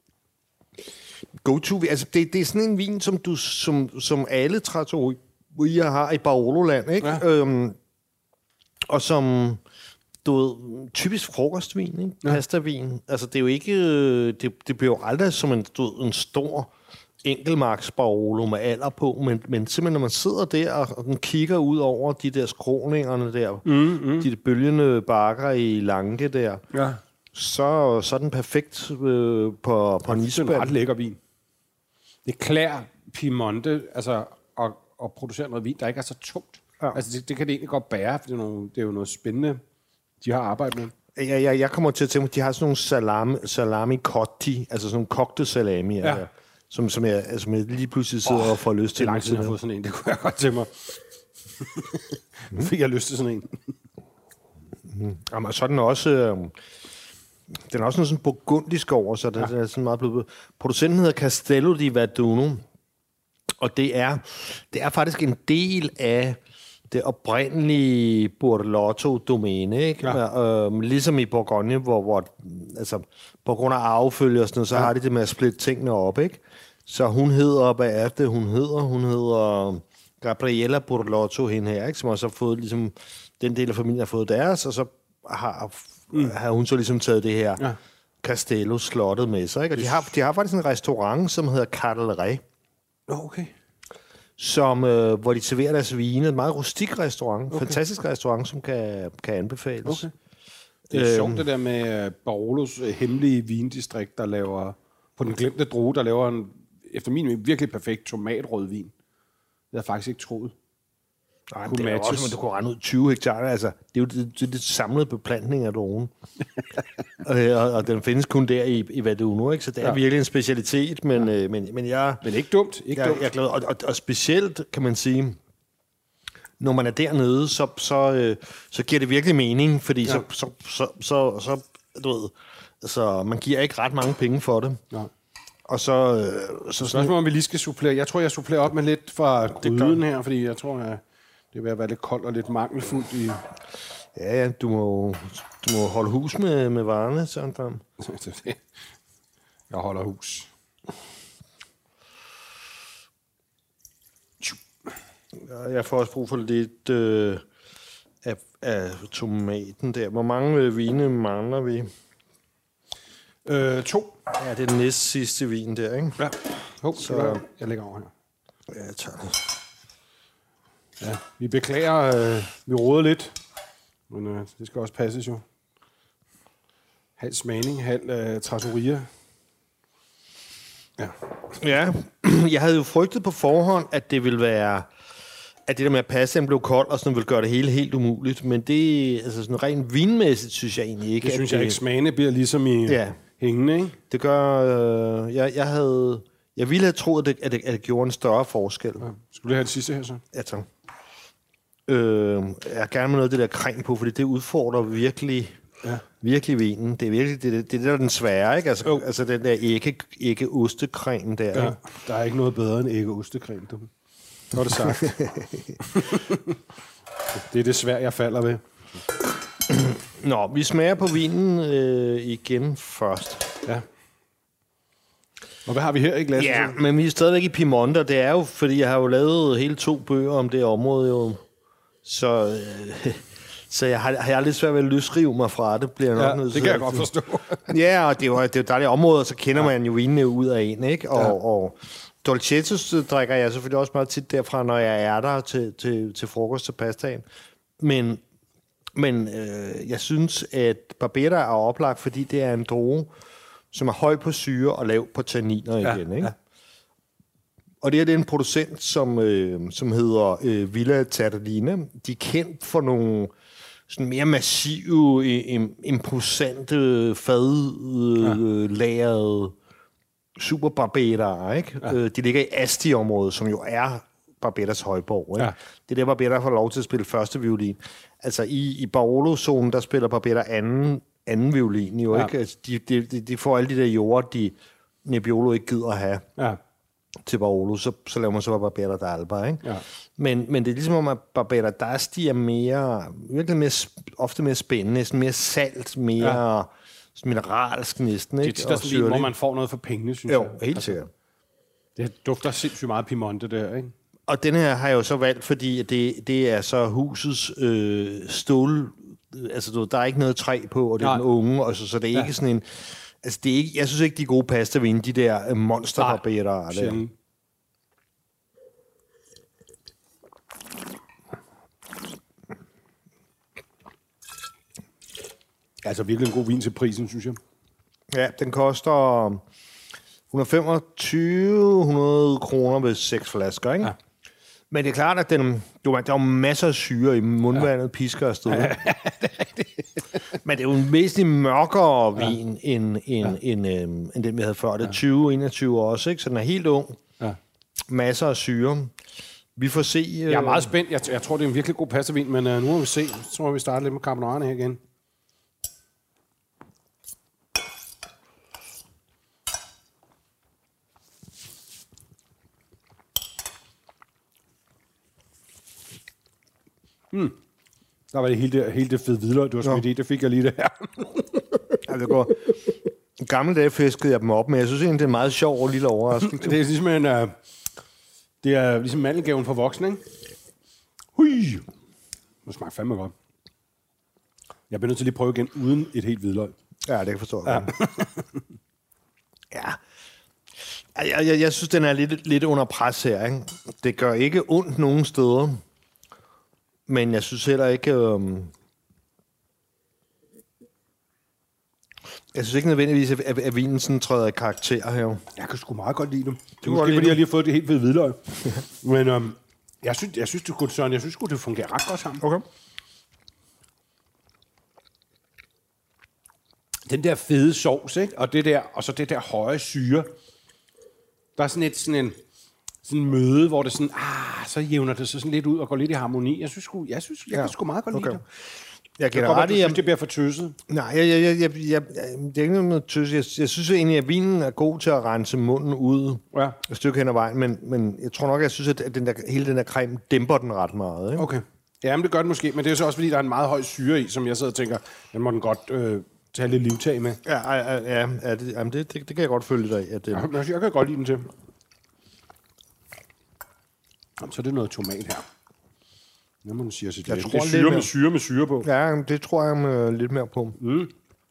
go-to. Altså, det er sådan en vin, som alle trattorier har i Barolo-land, ikke? Ja. Og som... Du ved, typisk frokostvin, ikke? Pastavin. Altså, det er jo ikke... Det bliver jo aldrig som en stor enkeltmarks Barolo med alder på, men simpelthen, når man sidder der og den kigger ud over de der skråningerne der, de bølgende bakker i Lange der, så er den perfekt på en isband. Det er en ret lækker vin. Det klæder Piemonte altså, at producere noget vin, der ikke er så tungt. Ja. Altså, det kan det egentlig godt bære, for det er jo noget spændende, de har arbejdet med. Jeg kommer til at tænke, at de har sådan nogle salami cotti, altså sådan nogle kogte salami, som jeg lige pludselig sidder og får lyst til. Det er lang tid, jeg har fået sådan en. Det kunne jeg godt til mig. Nu fik jeg lyst til sådan en. Jamen, så er den også... den er også noget sådan burgundisk over, så det er sådan meget blevet... Producenten hedder Castello di Verduno, og det er faktisk en del af det oprindelige Borlotto-domæne, ikke? Ja. Ligesom i Bourgogne, hvor altså, på grund af arvefølge og sådan noget, så har de det med at splitte tingene op, ikke? Så hun hedder, hvad er det, hun hedder Gabriella Borlotto, hende her, ikke? Som også har fået, ligesom, den del af familien har fået deres, og så har hun så ligesom taget det her Castello-slottet med sig, ikke? Og de har faktisk en restaurant, som hedder Cartelet. Okay. Hvor de serverer deres vine. En meget rustik restaurant. Fantastisk restaurant, som kan anbefales. Okay. Det er sjovt, det der med Barolos hemmelige vindistrikt, der laver, på den glemte drue, der laver en, efter min virkelig perfekt tomatrødvin. Det har jeg faktisk ikke troet. Nej, det er også, at du kunne rende ud 20 hektar. Altså, det er jo det samlede beplantning af druen. og den findes kun der i Verduno, ikke? Så det er virkelig en specialitet, men jeg... Men ikke dumt. Jeg er glad. Og specielt, kan man sige, når man er dernede, så giver det virkelig mening, fordi så du ved, altså, man giver ikke ret mange penge for det. Ja. Og så spørgsmålet, om vi lige skal supplere. Jeg tror, jeg supplerer op med lidt fra gryden her, fordi jeg tror, det vil være lidt koldt og lidt mangelfuldt i... Ja, du må holde hus med varerne, Søren Pham. Jeg holder hus. Jeg får også brug for lidt af tomaten der. Hvor mange vine mangler vi? 2. Ja, det er den næste sidste vin der, ikke? Ja. Så jeg lægger over her. Ja, jeg tager det. Ja, vi beklager, vi råder lidt, men det skal også passes jo. Halv smagning, halv trattoria. Ja, jeg havde jo frygtet på forhånd, at det ville være, at det der med at passe, blev kold, og sådan ville gøre det hele helt umuligt, men det, altså sådan rent vinmæssigt, synes jeg egentlig ikke. Det synes jeg ikke, smagene bliver ligesom i hængende, ikke? Det gør, jeg ville have troet, at det gjorde en større forskel. Ja. Skulle du have det sidste her så? Ja, tak. Jeg gerne med noget af det der creme på, fordi det udfordrer virkelig vinen. Det er virkelig det der er den svære, ikke? Altså den der ikke-ostekræm der. Ja, der er ikke noget bedre end ikke-ostekræm, du. Så er det sagt. Det er det svært, jeg falder ved. Nå, vi smager på vinen igen først. Ja. Og hvad har vi her i glasset? Ja, men vi er stadigvæk i Piemonte, det er jo, fordi jeg har jo lavet hele 2 bøger om det område jo. Så jeg har lidt svært ved at løsrive mig fra det, bliver nok nødt til. Det kan jeg godt forstå. Ja, og det er jo dejlige områder, så kender man jo vinene ud af en, ikke? Og Dolcettos drikker jeg selvfølgelig også meget tit derfra, når jeg er der til frokost til pastaen. Men jeg synes, at Barbera er oplagt, fordi det er en droge, som er høj på syre og lav på tanniner igen, ikke? Ja. Og det er en producent, som hedder Villa Terlina. De er kendt for nogle sådan mere massive, imposante, fadlagrede super Barbera, ikke? Ja. De ligger i Asti-området, som jo er Barberas højborg, ikke? Ja. Det er der, Barbera får lov til at spille første violin. Altså i Barolo-zonen, der spiller Barbera anden violin, jo, ikke? Altså, de får alle de der jorder, Nebbiolo ikke gider at have. Ja. Til Barolo, så laver man så Barbera d'Alba, ikke? Ja. Men det er ligesom om, at Barbera d'Asti er ofte mere spændende, sådan mere salt, mere mineralsk næsten, ikke? Det er sådan hvor man får noget for pengene, synes jeg. Jo, helt sikkert. Det dufter sindssygt meget Piemonte der, ikke? Og den her har jeg jo så valgt, fordi det er så husets stål. Altså, der er ikke noget træ på, og det er den unge, og så det er ikke sådan en... Altså, det er ikke, jeg synes ikke, de gode pastavinde, de der monster Barbera. Altså virkelig en god vin til prisen, synes jeg. Ja, den koster 100 kroner ved 6 flasker, ikke? Ja. Men det er klart, at der er masser af syre i mundvandet, pisker afsted. Ja, det er rigtigt. Men det er jo en væsentlig mørkere vin, end den, vi havde før. Det er 2021 også, ikke? Så den er helt ung. Ja. Masser af syre. Vi får se... Jeg er meget spændt. Jeg tror, det er en virkelig god pastavin, men nu må vi se. Så må vi starte lidt med carbonaraen her igen. Der var det hele det fede hvidløg, du har smidt i. Det fik jeg lige det her. Ja, det går. I gamle dage fiskede jeg dem op, men jeg synes egentlig, det er en meget sjov og lille overraskelse. Det er ligesom det er ligesom mandelgaven for voksne, ikke? Hui! Det smager fandme godt. Jeg bliver nødt til lige at prøve igen uden et helt hvidløg. Ja, det kan forstå. Ja. Ja. Jeg synes, den er lidt under pres her, ikke? Det gør ikke ondt nogen steder. Men jeg synes heller ikke... Jeg synes ikke nødvendigvis, at vinen sådan træder i karakter her. Jeg kan sgu meget godt lide dem. Det er måske, fordi jeg lige har fået det helt ved hvidløg. Men jeg synes, det fungerer ret godt sammen. Okay. Den der fede sovs, ikke? Og så det der høje syre. Der er sådan en møde, hvor det sådan, så jævner det så sådan lidt ud og går lidt i harmoni. Jeg kan sgu meget godt lide det. Jeg kan godt, synes, det bliver for tøsset. Nej, det er ikke noget tøsset. Jeg synes egentlig, at vinen er god til at rense munden ud et stykke hen ad vejen, men jeg tror nok, jeg synes, at hele den der creme dæmper den ret meget. Ikke? Okay. Jamen, det gør det måske, men det er så også, fordi der er en meget høj syre i, som jeg sidder og tænker, den må den godt tage lidt livtag med. Det kan jeg godt følge dig af. Jeg kan godt lide den til. Så er det noget tomat her. Hvad må man sige til det? Det er syre med syre på. Ja, det tror jeg lidt mere på. Mm.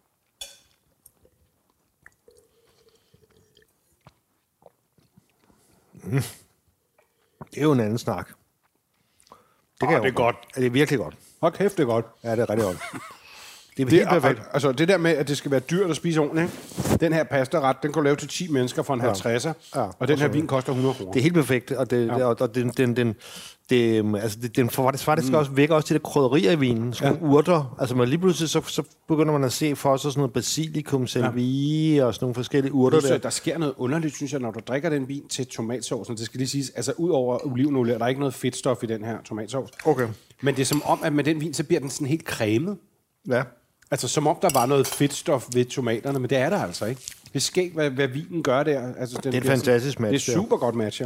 Det er jo en anden snak. Det er godt. Det er virkelig godt. Hold kæft, det er godt. Ja, det er rigtig godt. Det er helt perfekt. Altså det der med, at det skal være dyrt at spise ordentligt. Den her pastaret, den kan du lave til 10 mennesker for en 50'er, og den her vin koster 100 kroner. Det er helt perfekt, og den får faktisk også væk også til det krydderier i vinen, sådan urter. Altså man lige pludselig så begynder man at se for sig sådan noget basilikum, selvi og sådan nogle forskellige urter der. Der sker noget underligt, synes jeg, når du drikker den vin til tomatsaucen. Det skal lige siges, altså ud over olivenolie, der er ikke noget fedtstof i den her tomatsauce. Okay. Men det er som om, at med den vin, så bliver den sådan helt cremet. Ja. Altså som om der var noget fedtstof ved tomaterne, men det er der altså ikke. Det er skægt, hvad vinen gør der. Altså, det er en fantastisk match. Det er super godt match, ja.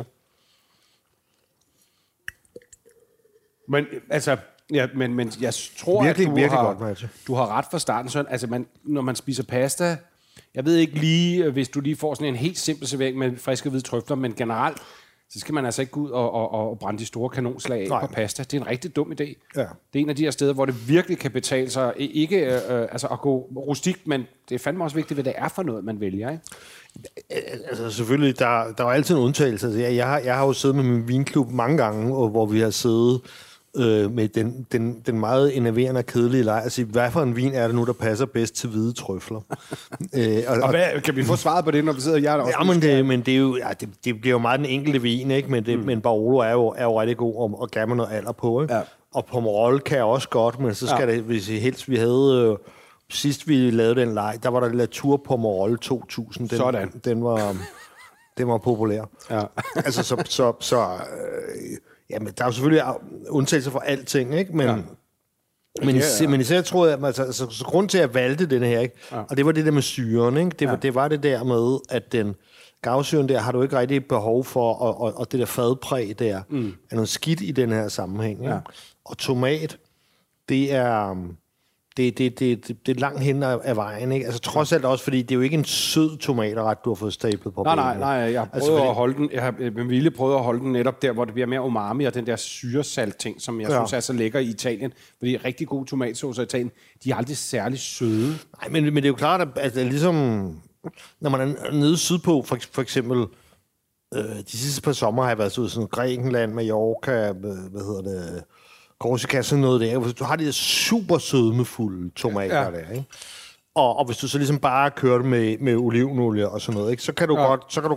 Men altså, men jeg tror, virkelig, at du har ret fra starten. Sådan, altså når man spiser pasta, jeg ved ikke lige, hvis du lige får sådan en helt simpel servering med friske hvide trøfler, men generelt, så skal man altså ikke gå ud og brænde de store kanonslag af på pasta. Det er en rigtig dum idé. Ja. Det er en af de her steder, hvor det virkelig kan betale sig, ikke altså at gå rustikt, men det er fandme også vigtigt, hvad det er for noget, man vælger, ikke? Altså selvfølgelig, der er altid en undtagelse. Altså, jeg har jo siddet med min vinklub mange gange, hvor vi har siddet med den meget enerverende og kedelige leg at sige, hvad for en vin er det nu, der passer bedst til hvide trøfler? og hvad, kan vi få svaret på det, når vi sidder her? Men det er jo, det bliver jo meget den enkelte vin, ikke? Men Barolo er jo rigtig god og gav mig noget alder på, ikke? Ja. Og Pomerol kan jeg også godt, men så skal det, hvis vi havde... Sidst vi lavede den leg, der var der Latour Pomerol 2000. Den var populær. Ja. Altså, jamen, der er jo selvfølgelig undtagelser for alting, ikke? Men især tror jeg, altså, så grund til, at jeg valgte den her, ikke? Ja. Og det var det der med syren, ikke? Det var det der med, at den gavsyren der har du ikke rigtig behov for, og det der fadpræg der, er noget skidt i den her sammenhæng, ikke? Ja. Og tomat, det er... Det er langt hen af vejen, ikke? Altså trods alt også, fordi det er jo ikke en sød tomatret, du har fået stablet på. Nej, jeg har prøvet at holde den. Jeg har med vilje prøvet at holde den netop der, hvor det bliver mere umami, og den der syresalt-ting, som jeg synes er så lækker i Italien. Fordi rigtig gode tomatsaucer i Italien, de er aldrig særlig søde. Nej, men det er jo klart, at det er ligesom, når man er nede sydpå, for eksempel, de sidste par sommer har jeg været ud i sådan Grækenland, Mallorca, Korsika, sådan noget der. Du har de der super sødmefulde tomater der, ikke? Og hvis du så ligesom bare kører det med olivenolie og sådan noget, ikke? Så kan du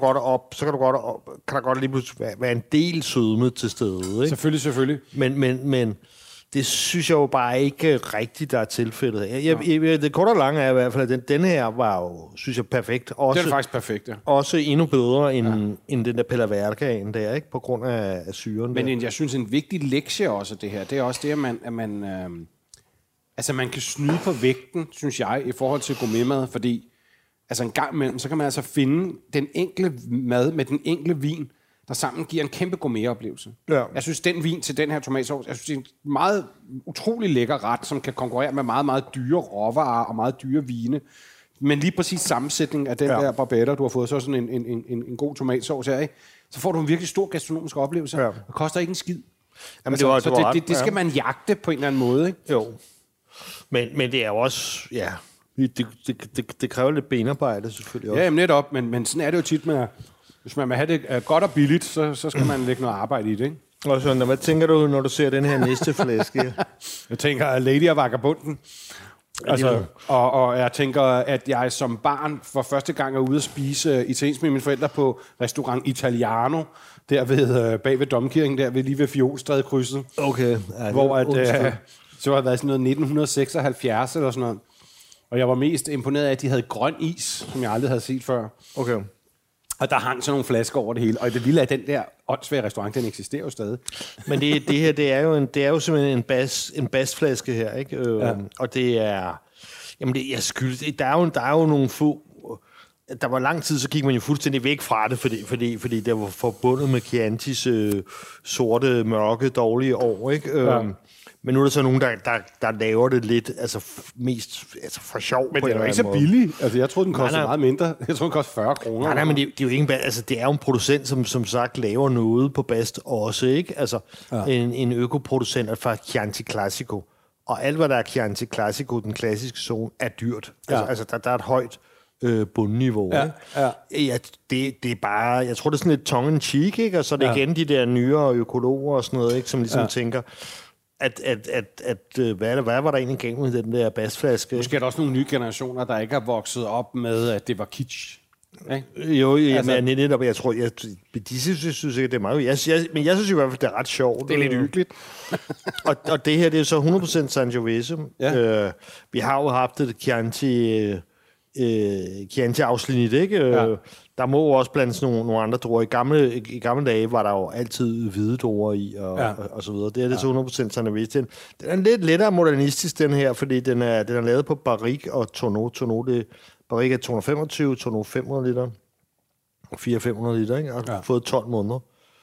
godt lige pludselig være en del sødme til stede, ikke? Selvfølgelig. Men det synes jeg jo bare ikke rigtigt, der er tilfældet. Det korte og lange er i hvert fald, at den her var jo, synes jeg, perfekt. Også, den er faktisk perfekt, ja. Også endnu bedre end den der Pella Vergaen der, ikke? På grund af syren. Men jeg synes, en vigtig lektie også det her, det er også det, at man kan snyde på vægten, synes jeg, i forhold til gourmetmad, fordi altså en gang imellem, så kan man altså finde den enkle mad med den enkle vin, der sammen giver en kæmpe gourmetoplevelse. Ja. Jeg synes, den vin til den her tomatsauce, jeg synes, det er en meget utrolig lækker ret, som kan konkurrere med meget, meget dyre råvarer og meget dyre vine. Men lige præcis sammensætning af den der barbetta, du har fået, så sådan en god tomatsauce her, ikke? Så får du en virkelig stor gastronomisk oplevelse. Ja. Det koster ikke en skid. Jamen, det skal man jagte på en eller anden måde, ikke? Jo. Men det er jo også, det kræver lidt benarbejde selvfølgelig også. Ja, netop, men sådan er det jo tit med... Hvis man vil have det godt og billigt, så skal man lægge noget arbejde i det, ikke? Og sådan, hvad tænker du, når du ser den her næste flaske? Jeg tænker, Lady og Vagabunden. Altså, og jeg tænker, at jeg som barn for første gang er ude at spise italiensk med mine forældre på restaurant Italiano, der bag ved Domkirken, der lige ved Fiolstræde-krydset. Okay. Ja, hvor så har det været sådan noget 1976 eller sådan noget. Og jeg var mest imponeret af, at de havde grøn is, som jeg aldrig havde set før. Okay. Og der hang sådan nogle flasker over det hele. Og det vilde af den der åndssvage restaurant, den eksisterer jo stadig. Men det her, det er jo simpelthen en basflaske her, ikke? Og det er... Jamen, der er jo nogle få... Der var lang tid, så gik man jo fuldstændig væk fra det, fordi det var forbundet med Chiantis sorte, mørke, dårlige år, ikke? Ja. Men nu er der så nogen, der laver det lidt, altså mest for sjov. Men det er jo ikke så billigt. Altså, jeg troede, den kostede meget mindre. Jeg troede, den kostede 40 kroner. Nej, men det er jo ikke... Altså, det er jo en producent, som sagt laver noget på Bast også, ikke? Altså, en økoproducent fra Chianti Classico. Og alt, hvad der er Chianti Classico, den klassiske zone, er dyrt. Ja. Altså, der er et højt bundniveau. Ja. Det er bare... Jeg tror, det er sådan lidt tongue in cheek, ikke? Og så er det igen de der nyere økologer og sådan noget, ikke? Som ligesom tænker... hvad var der egentlig galt med den der basflaske? Måske er der også nogle nye generationer, der ikke har vokset op med, at det var kitsch. Jo, altså, men netop, jeg tror, de synes ikke, det er meget. Men jeg synes i hvert fald, det er ret sjovt. Det er lidt hyggeligt. og det her, det er så 100% Sangiovese. Ja. Vi har jo haft et Chianti afsnit, ikke? Ja. Der må jo også blandes nogle andre druer. I gamle dage var der jo altid hvide druer i, og så videre. Det er det så 100% Sangiovese. Den er lidt lettere modernistisk, den her, fordi den er lavet på barrique og tonneau. Barrique er 225, tonneau 500 liter, 400-500 liter, ikke? Og har fået 12 måneder.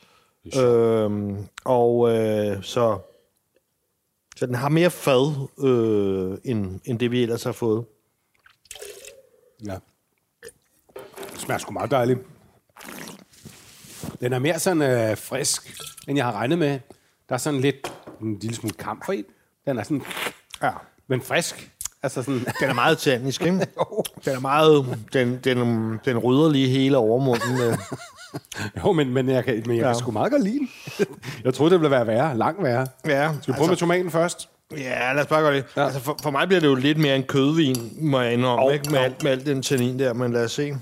Så den har mere fad, end det vi ellers har fået. Ja. Det smager sgu meget dejligt. Den er mere sådan frisk, end jeg har regnet med. Der er sådan en lille smule kamp i. Den er sådan, men frisk. Altså sådan. Den er meget tannisk, ikke? Den er meget, den rydder lige hele overmunden. Jo, men jeg kan sgu meget godt lide den. Jeg troede, det ville være værre, langt værre. Ja. Skal vi prøve med tomaten først? Ja, lad os bare gøre det. Ja. Altså for mig bliver det jo lidt mere en kødvin, må jeg indrømme, ikke? Med alt den tannin der, men lad os se.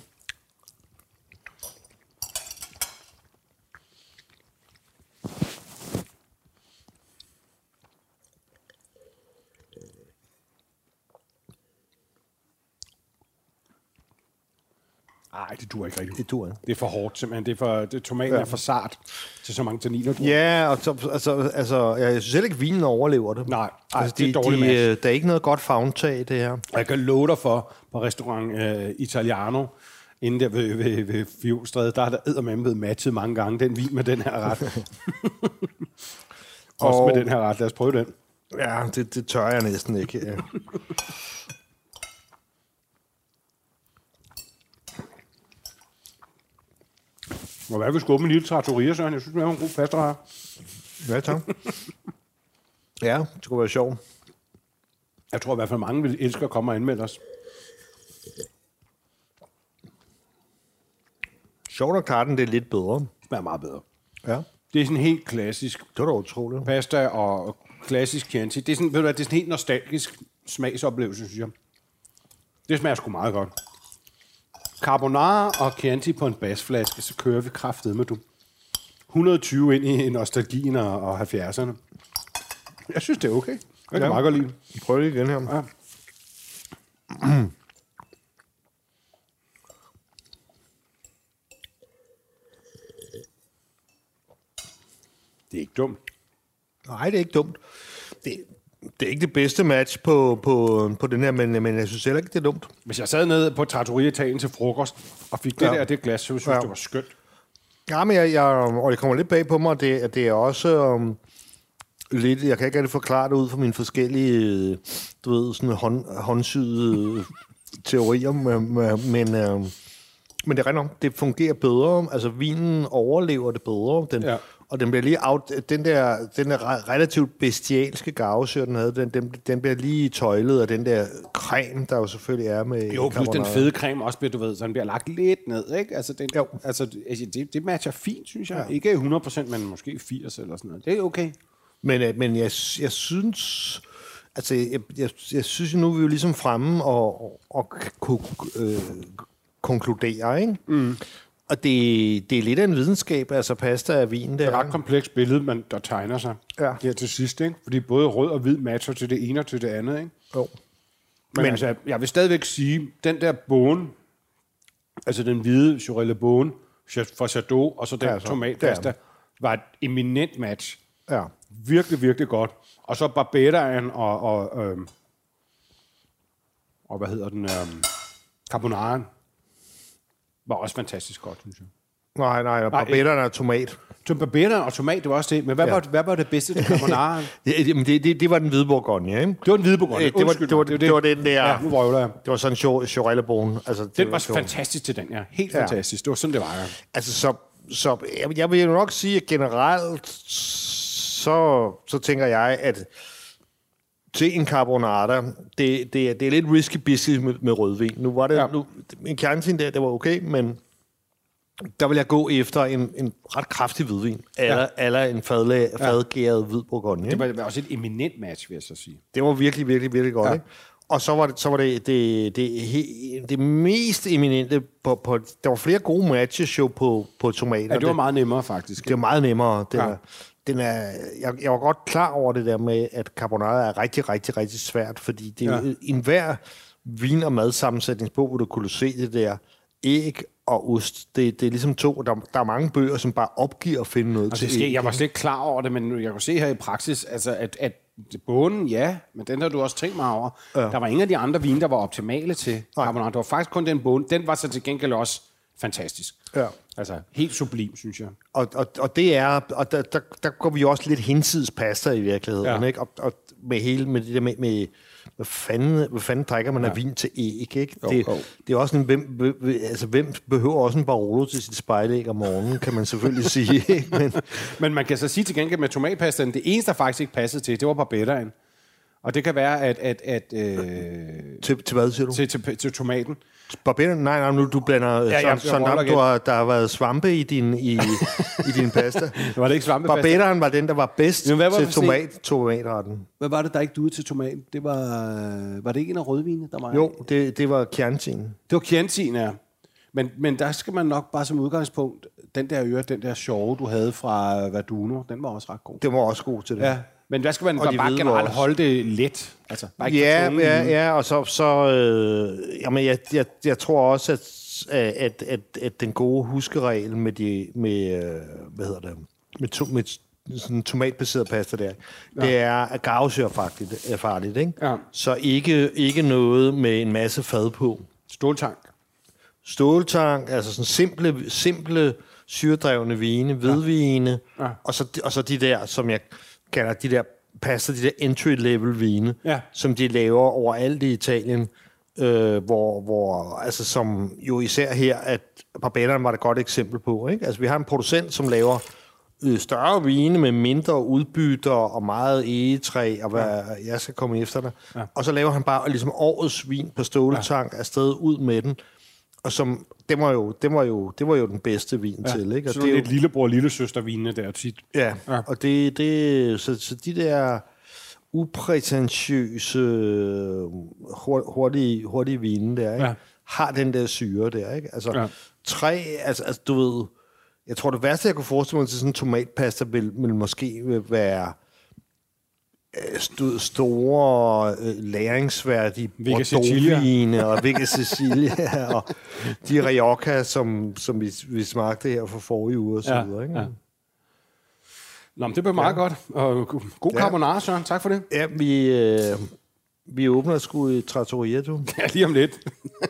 Nej, det duer ikke rigtigt. Det duer ikke. Det er for hårdt, simpelthen. Tomaten er for sart til så mange tanniner. Ja, og altså, jeg synes heller ikke, vinen overlever det. Nej, altså, det er dårligt match. Der er ikke noget godt favntag i det her. Jeg kan love dig for, på restaurant Italiano, inden der ved Fjolstræde, der er der eddermame blevet matchet mange gange, den vin med den her ret. Også med den her ret. Lad os prøve den. Ja, det tør jeg næsten ikke. Ja. Og hvad vil skubbe en lille trattoria, Søren? Jeg synes, det er en god pasta her. Ja, tak. Ja, det skulle være sjovt. Jeg tror i hvert fald, mange vil elske at komme og anmelde os. Sjovt og karten, det er lidt bedre. Det er meget bedre. Ja. Det er sådan helt klassisk. Det var da utroligt. Pasta og klassisk Chianti. Det er sådan, det er sådan helt nostalgisk smagsoplevelse, synes jeg. Det smager sgu meget godt. Carbonara og Chianti på en basflaske, så kører vi kraftedeme, du. 120 ind i nostalgien og 70'erne. Jeg synes, det er okay. Jeg kan meget godt lide det. Prøv det igen her. Ja. Det er ikke dumt. Nej, det er ikke dumt. Det er ikke det bedste match på den her, men jeg synes heller ikke, det er dumt. Hvis jeg sad nede på Trattoria Italien til frokost, og fik det glas, så synes jeg, det var skønt. Ja, men og det kommer lidt bag på mig, det er også lidt, jeg kan ikke rigtig forklare det ud fra mine forskellige, du ved, sådan håndsyede teorier, men det er rent det fungerer bedre. Altså, vinen overlever det bedre. Og den bliver lige den der relativt bestialske gavesør, den havde, den bliver lige tøjlet af den der creme, der jo selvfølgelig er med. Jo, plus den fede creme også bliver, du ved, så den bliver lagt lidt ned, ikke? Altså, det matcher fint, synes jeg. Ja. Ikke 100%, men måske 80 eller sådan noget. Det er okay. Men jeg synes, altså, jeg synes nu, vi er jo ligesom fremme og kunne konkludere, ikke? Mm. Og det er lidt af en videnskab, altså pasta og vin. Det er et ret komplekst billede, der tegner sig her til sidst, ikke? Fordi både rød og hvid matcher til det ene og til det andet, ikke? Jo. Men altså, jeg vil stadigvæk sige, den der bone, altså den hvide Jurelle Bone fra Chateau, og så den tomatpasta, var et eminent match. Ja. Virkelig, virkelig godt. Og så Barbettaen og hvad hedder den? Carbonaren. Var også fantastisk godt, synes jeg. Nej, barbettaen er tomat. Barbettaen og tomat, det var også det. Men hvad var det bedste til carbonaren? det var den hvide bourgogne, ikke? Det var den hvide bourgogne. Det var den der. Ja, nu vrøvler jeg. Det var sådan en Jurelle Bone. Altså, den var fantastisk til den, ja. Helt fantastisk. Det var sådan, det var, ja. Altså, så jeg vil jo nok sige, at generelt, så tænker jeg, at til en carbonara, det er lidt risky business med rødvin. Nu var det en Chianti der, det var okay, men Der vil jeg gå efter en ret kraftig hvidvin. Eller en fadgæret hvid bourgogne. Det var også et eminent match, vil jeg så sige. Det var virkelig, virkelig, virkelig godt, ikke? Og så var det mest eminente der var flere gode matches jo på tomater. Ja, det var meget nemmere, faktisk. Det var meget nemmere. Jeg var godt klar over det der med, at carbonara er rigtig, rigtig, rigtig svært, fordi det er jo enhver vin- og madsammensætningsbog, hvor du kunne se det der æg og ost. Det er ligesom to. Der er mange bøger, som bare opgiver at finde noget til æg. Jeg var slet ikke klar over det, men jeg kunne se her i praksis, altså at bonen, men den har du også tænkt mig over. Ja. Der var ingen af de andre vine, der var optimale til carbonara. Det var faktisk kun den bone. Den var så til gengæld også fantastisk. Ja. Altså helt sublim, synes jeg. Og det er, og der går vi også lidt hinsides pasta i virkeligheden, ikke? Og med det der med hvad fanden drikker man af vin til æg, ikke? Det er også en, hvem behøver også en Barolo til sit spejlæg om morgenen, kan man selvfølgelig sige. Men man kan så sige til gengæld med tomatpastaen, det eneste, der faktisk ikke passede til, det var barbettaen. Og det kan være, at til hvad siger du? Til tomaten. Barbettaen? Nej, nu du blander der har været svampe i din pasta. Var det ikke svampepasta? Barbettaen var den, der var bedst til tomatretten. Hvad var det, der ikke duede til tomaten? Det var det ikke en af rødvine, der var? Jo, det var Chianti. Det var Chianti, ja. Men der skal man nok bare som udgangspunkt, den der sjove, du havde fra Verduno, den var også ret god. Det var også god til det. Ja. Men hvad skal man bare generelt holde det let? Altså, bare ikke og så jamen, jeg tror også, at den gode huskeregel med sådan tomatbaseret pasta der, det er, at gavsø er farligt, ikke? Ja. Så ikke noget med en masse fad på. Ståltank, altså sådan simple syredrevne vine, hvidvine, og så de der, som jeg kalder de der pasta, de der entry-level vine, som de laver overalt i Italien, hvor altså som jo især her, at Barbettaen var et godt eksempel på, ikke? Altså vi har en producent, som laver større vine med mindre udbytter og meget egetræ, og hvad jeg skal komme efter dig. Ja. Og så laver han bare ligesom årets vin på ståltank afsted ud med den. Og som, det var jo den bedste vin til, ikke? Og så det er lidt lillebror og lillesøster-vinene der tit. Ja, og så de der uprætentiøse, hurtige vine der, ikke? Har den der syre der, ikke? Altså, altså du ved, jeg tror det værste, jeg kunne forestille mig til sådan en tomatpasta, vil måske være store læringsværdige Bordeaux-vine og Vega Sicilia og de Rioja, som vi smagte her for forrige uge og så videre, ikke? Ja. Nå, men det blev meget godt. Og god carbonara, Søren. Tak for det. Ja, vi åbner sgu i Trattoria, du. Ja, lige om lidt.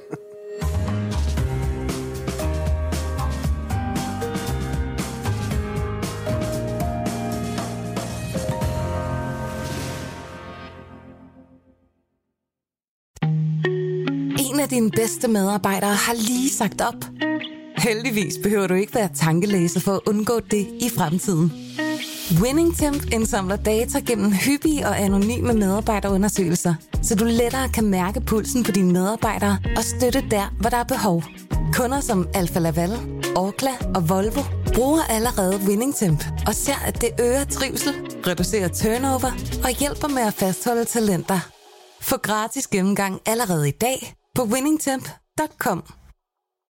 En af dine bedste medarbejdere har lige sagt op. Heldigvis behøver du ikke være tankelæser for at undgå det i fremtiden. WinningTemp indsamler data gennem hyppige og anonyme medarbejderundersøgelser, så du lettere kan mærke pulsen på dine medarbejdere og støtte der, hvor der er behov. Kunder som Alfa Laval, Orkla og Volvo bruger allerede WinningTemp og ser, at det øger trivsel, reducerer turnover og hjælper med at fastholde talenter. Få gratis gennemgang allerede i dag på winningtemp.com.